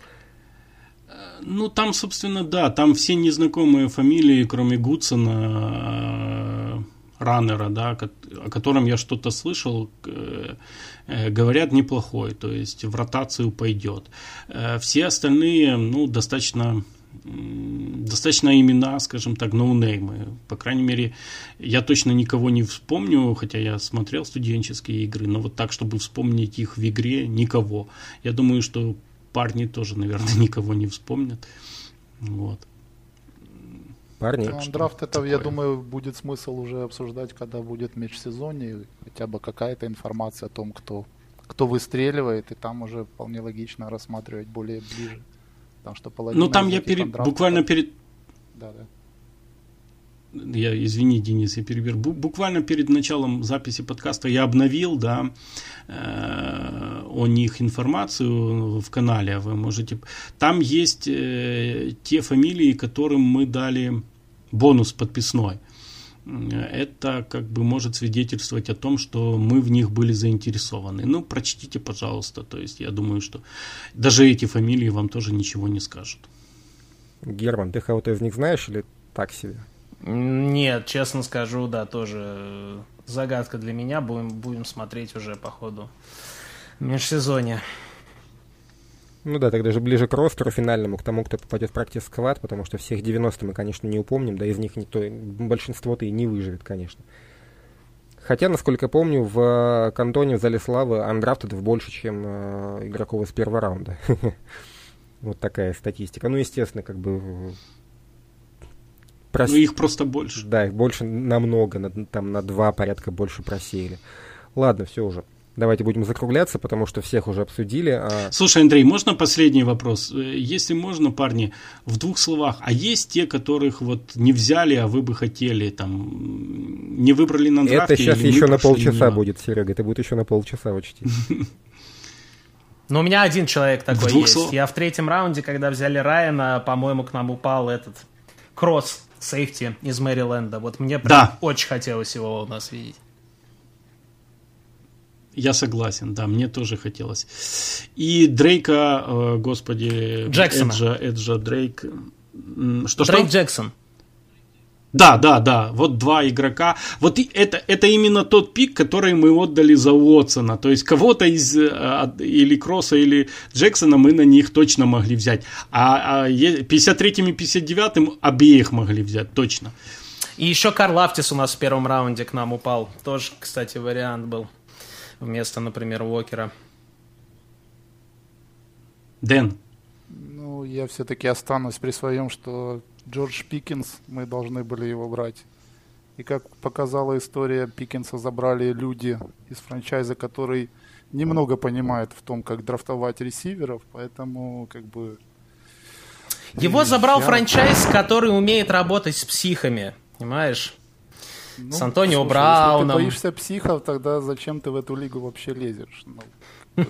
D: Ну, там, собственно, да, там все незнакомые фамилии, кроме Гудсона, раннера, да, о котором я что-то слышал, говорят неплохой, то есть в ротацию пойдет. Все остальные, ну, достаточно... достаточно имена, скажем так, ноунеймы. По крайней мере, я точно никого не вспомню, хотя я смотрел студенческие игры, но вот так, чтобы вспомнить их в игре, никого. Я думаю, что парни тоже, наверное, никого не вспомнят. Вот.
B: Парни.
F: Ну, драфт это, я думаю, будет смысл уже обсуждать, когда будет в межсезонье, хотя бы какая-то информация о том, кто, кто выстреливает, и там уже вполне логично рассматривать более ближе. Потому что
D: ну там я перед, буквально
F: так...
D: перед...
F: Да, да.
D: Я, извини, Денис, я перебил. Буквально перед началом записи подкаста я обновил, да, э, о них информацию в канале. Вы можете... Там есть э, те фамилии, которым мы дали бонус подписной. Это как бы может свидетельствовать о том, что мы в них были заинтересованы. Ну, прочтите, пожалуйста. То есть я думаю, что даже эти фамилии вам тоже ничего не скажут.
B: Герман, ты кого-то из них знаешь или так себе?
E: Нет, честно скажу, да, тоже загадка для меня. Будем, будем смотреть уже по ходу межсезонья.
B: Ну да, тогда же ближе к ростеру финальному, к тому, кто попадет в практис-сквад, потому что всех девяносто мы, конечно, не упомним, да из них никто, большинство-то и не выживет, конечно. Хотя, насколько помню, в Кантоне, в Зале Славы андрафтедов больше, чем э, игроков из первого раунда. Вот такая статистика. Ну, естественно, как бы...
D: Прос... Ну, их просто больше.
B: Да, их больше намного, на, там на два порядка больше просеяли. Ладно, все уже. Давайте будем закругляться, потому что всех уже обсудили. А...
D: Слушай, Андрей, можно последний вопрос? Если можно, парни, в двух словах. А есть те, которых вот не взяли, а вы бы хотели, там, не выбрали на драфте?
B: Это сейчас еще на полчаса мимо? Будет, Серега. Это будет еще на полчаса почти.
E: Ну, у меня один человек такой есть. Я в третьем раунде, когда взяли Райана, по-моему, к нам упал этот Кросс, сейфти из Мэриленда. Вот мне прям да. очень хотелось его у нас видеть.
D: Я согласен, да, мне тоже хотелось. И Дрейка, э, господи,
E: Джексона.
D: Эджа, Эджа Дрейк.
E: Что, Дрейк что? Джексон.
D: Да, да, да, вот два игрока. Вот это, это именно тот пик, который мы отдали за Уотсона. То есть кого-то из или Кросса, или Джексона мы на них точно могли взять. А, а пятьдесят третьим и пятьдесят девятым обеих могли взять, точно.
E: И еще Карл Афтис у нас в первом раунде к нам упал. Тоже, кстати, вариант был. Вместо, например, Уокера.
D: Дэн.
F: Ну, я все-таки останусь при своем, что Джордж Пикинс, мы должны были его брать. И как показала история, Пикинса забрали люди из франчайза, который немного понимает в том, как драфтовать ресиверов, поэтому как бы...
E: Его забрал
F: я...
E: франчайз, который умеет работать с психами, понимаешь?
F: Ну,
E: с Антонио
F: слушай,
E: Брауном.
F: Если ты боишься психов, тогда зачем ты в эту лигу вообще лезешь? Ну,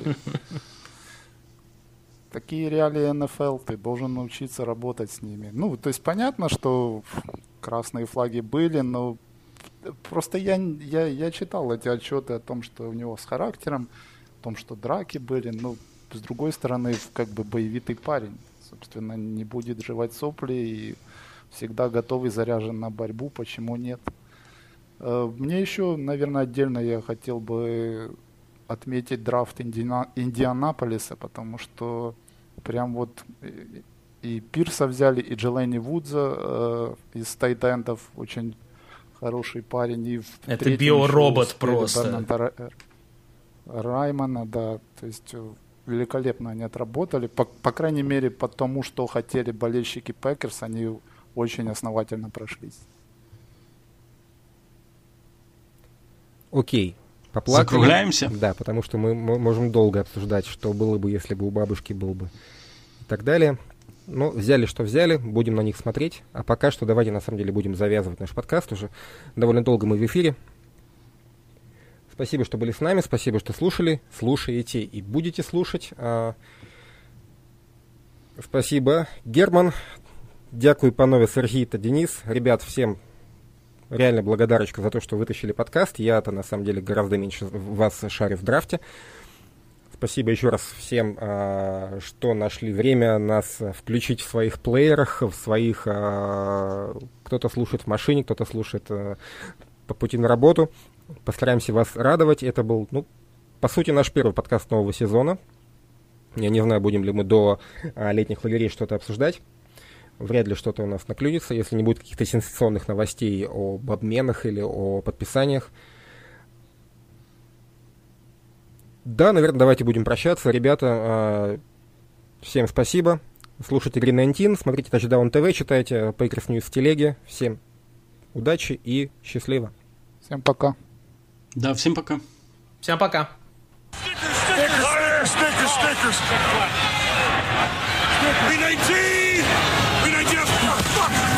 F: такие реалии эн эф эл, ты должен научиться работать с ними. Ну, то есть понятно, что красные флаги были, но просто я, я, я читал эти отчеты о том, что у него с характером, о том, что драки были, но с другой стороны, как бы боевитый парень, собственно, не будет жевать сопли и всегда готовый, заряжен на борьбу, почему нет? Мне еще, наверное, отдельно я хотел бы отметить драфт Индиана... Индианаполиса, потому что прям вот и Пирса взяли, и Джелени Вудза э, из тайтендов, очень хороший парень. И в
E: это биоробот просто.
F: Бернарда Раймана, да, то есть великолепно они отработали. По, по крайней мере, по тому, что хотели болельщики Пекерс, они очень основательно прошлись.
B: Окей. Поплакали.
D: Закругляемся?
B: Да, потому что мы можем долго обсуждать, что было бы, если бы у бабушки был бы. И так далее. Ну, взяли, что взяли, будем на них смотреть. А пока что давайте, на самом деле, будем завязывать наш подкаст уже. Довольно долго мы в эфире. Спасибо, что были с нами, спасибо, что слушали, слушаете и будете слушать. А... Спасибо, Герман. Дякую, панове Сергій та Денис. Ребят, всем реально благодарочка за то, что вытащили подкаст. Я-то, на самом деле, гораздо меньше вас шарю в драфте. Спасибо еще раз всем, что нашли время нас включить в своих плеерах, в своих... Кто-то слушает в машине, кто-то слушает по пути на работу. Постараемся вас радовать. Это был, ну, по сути, наш первый подкаст нового сезона. Я не знаю, будем ли мы до летних лагерей что-то обсуждать. Вряд ли что-то у нас наклюнется, если не будет каких-то сенсационных новостей об обменах или о подписаниях. Да, наверное, давайте будем прощаться. Ребята, всем спасибо. Слушайте Green девятнадцать, смотрите Touchdown ти ви, читайте Packers News в телеге. Всем удачи и счастливо.
F: Всем пока.
D: Да, всем пока.
E: Всем пока.
A: Stickers, stickers, stickers. Green девятнадцать! Green девятнадцать! Fuck!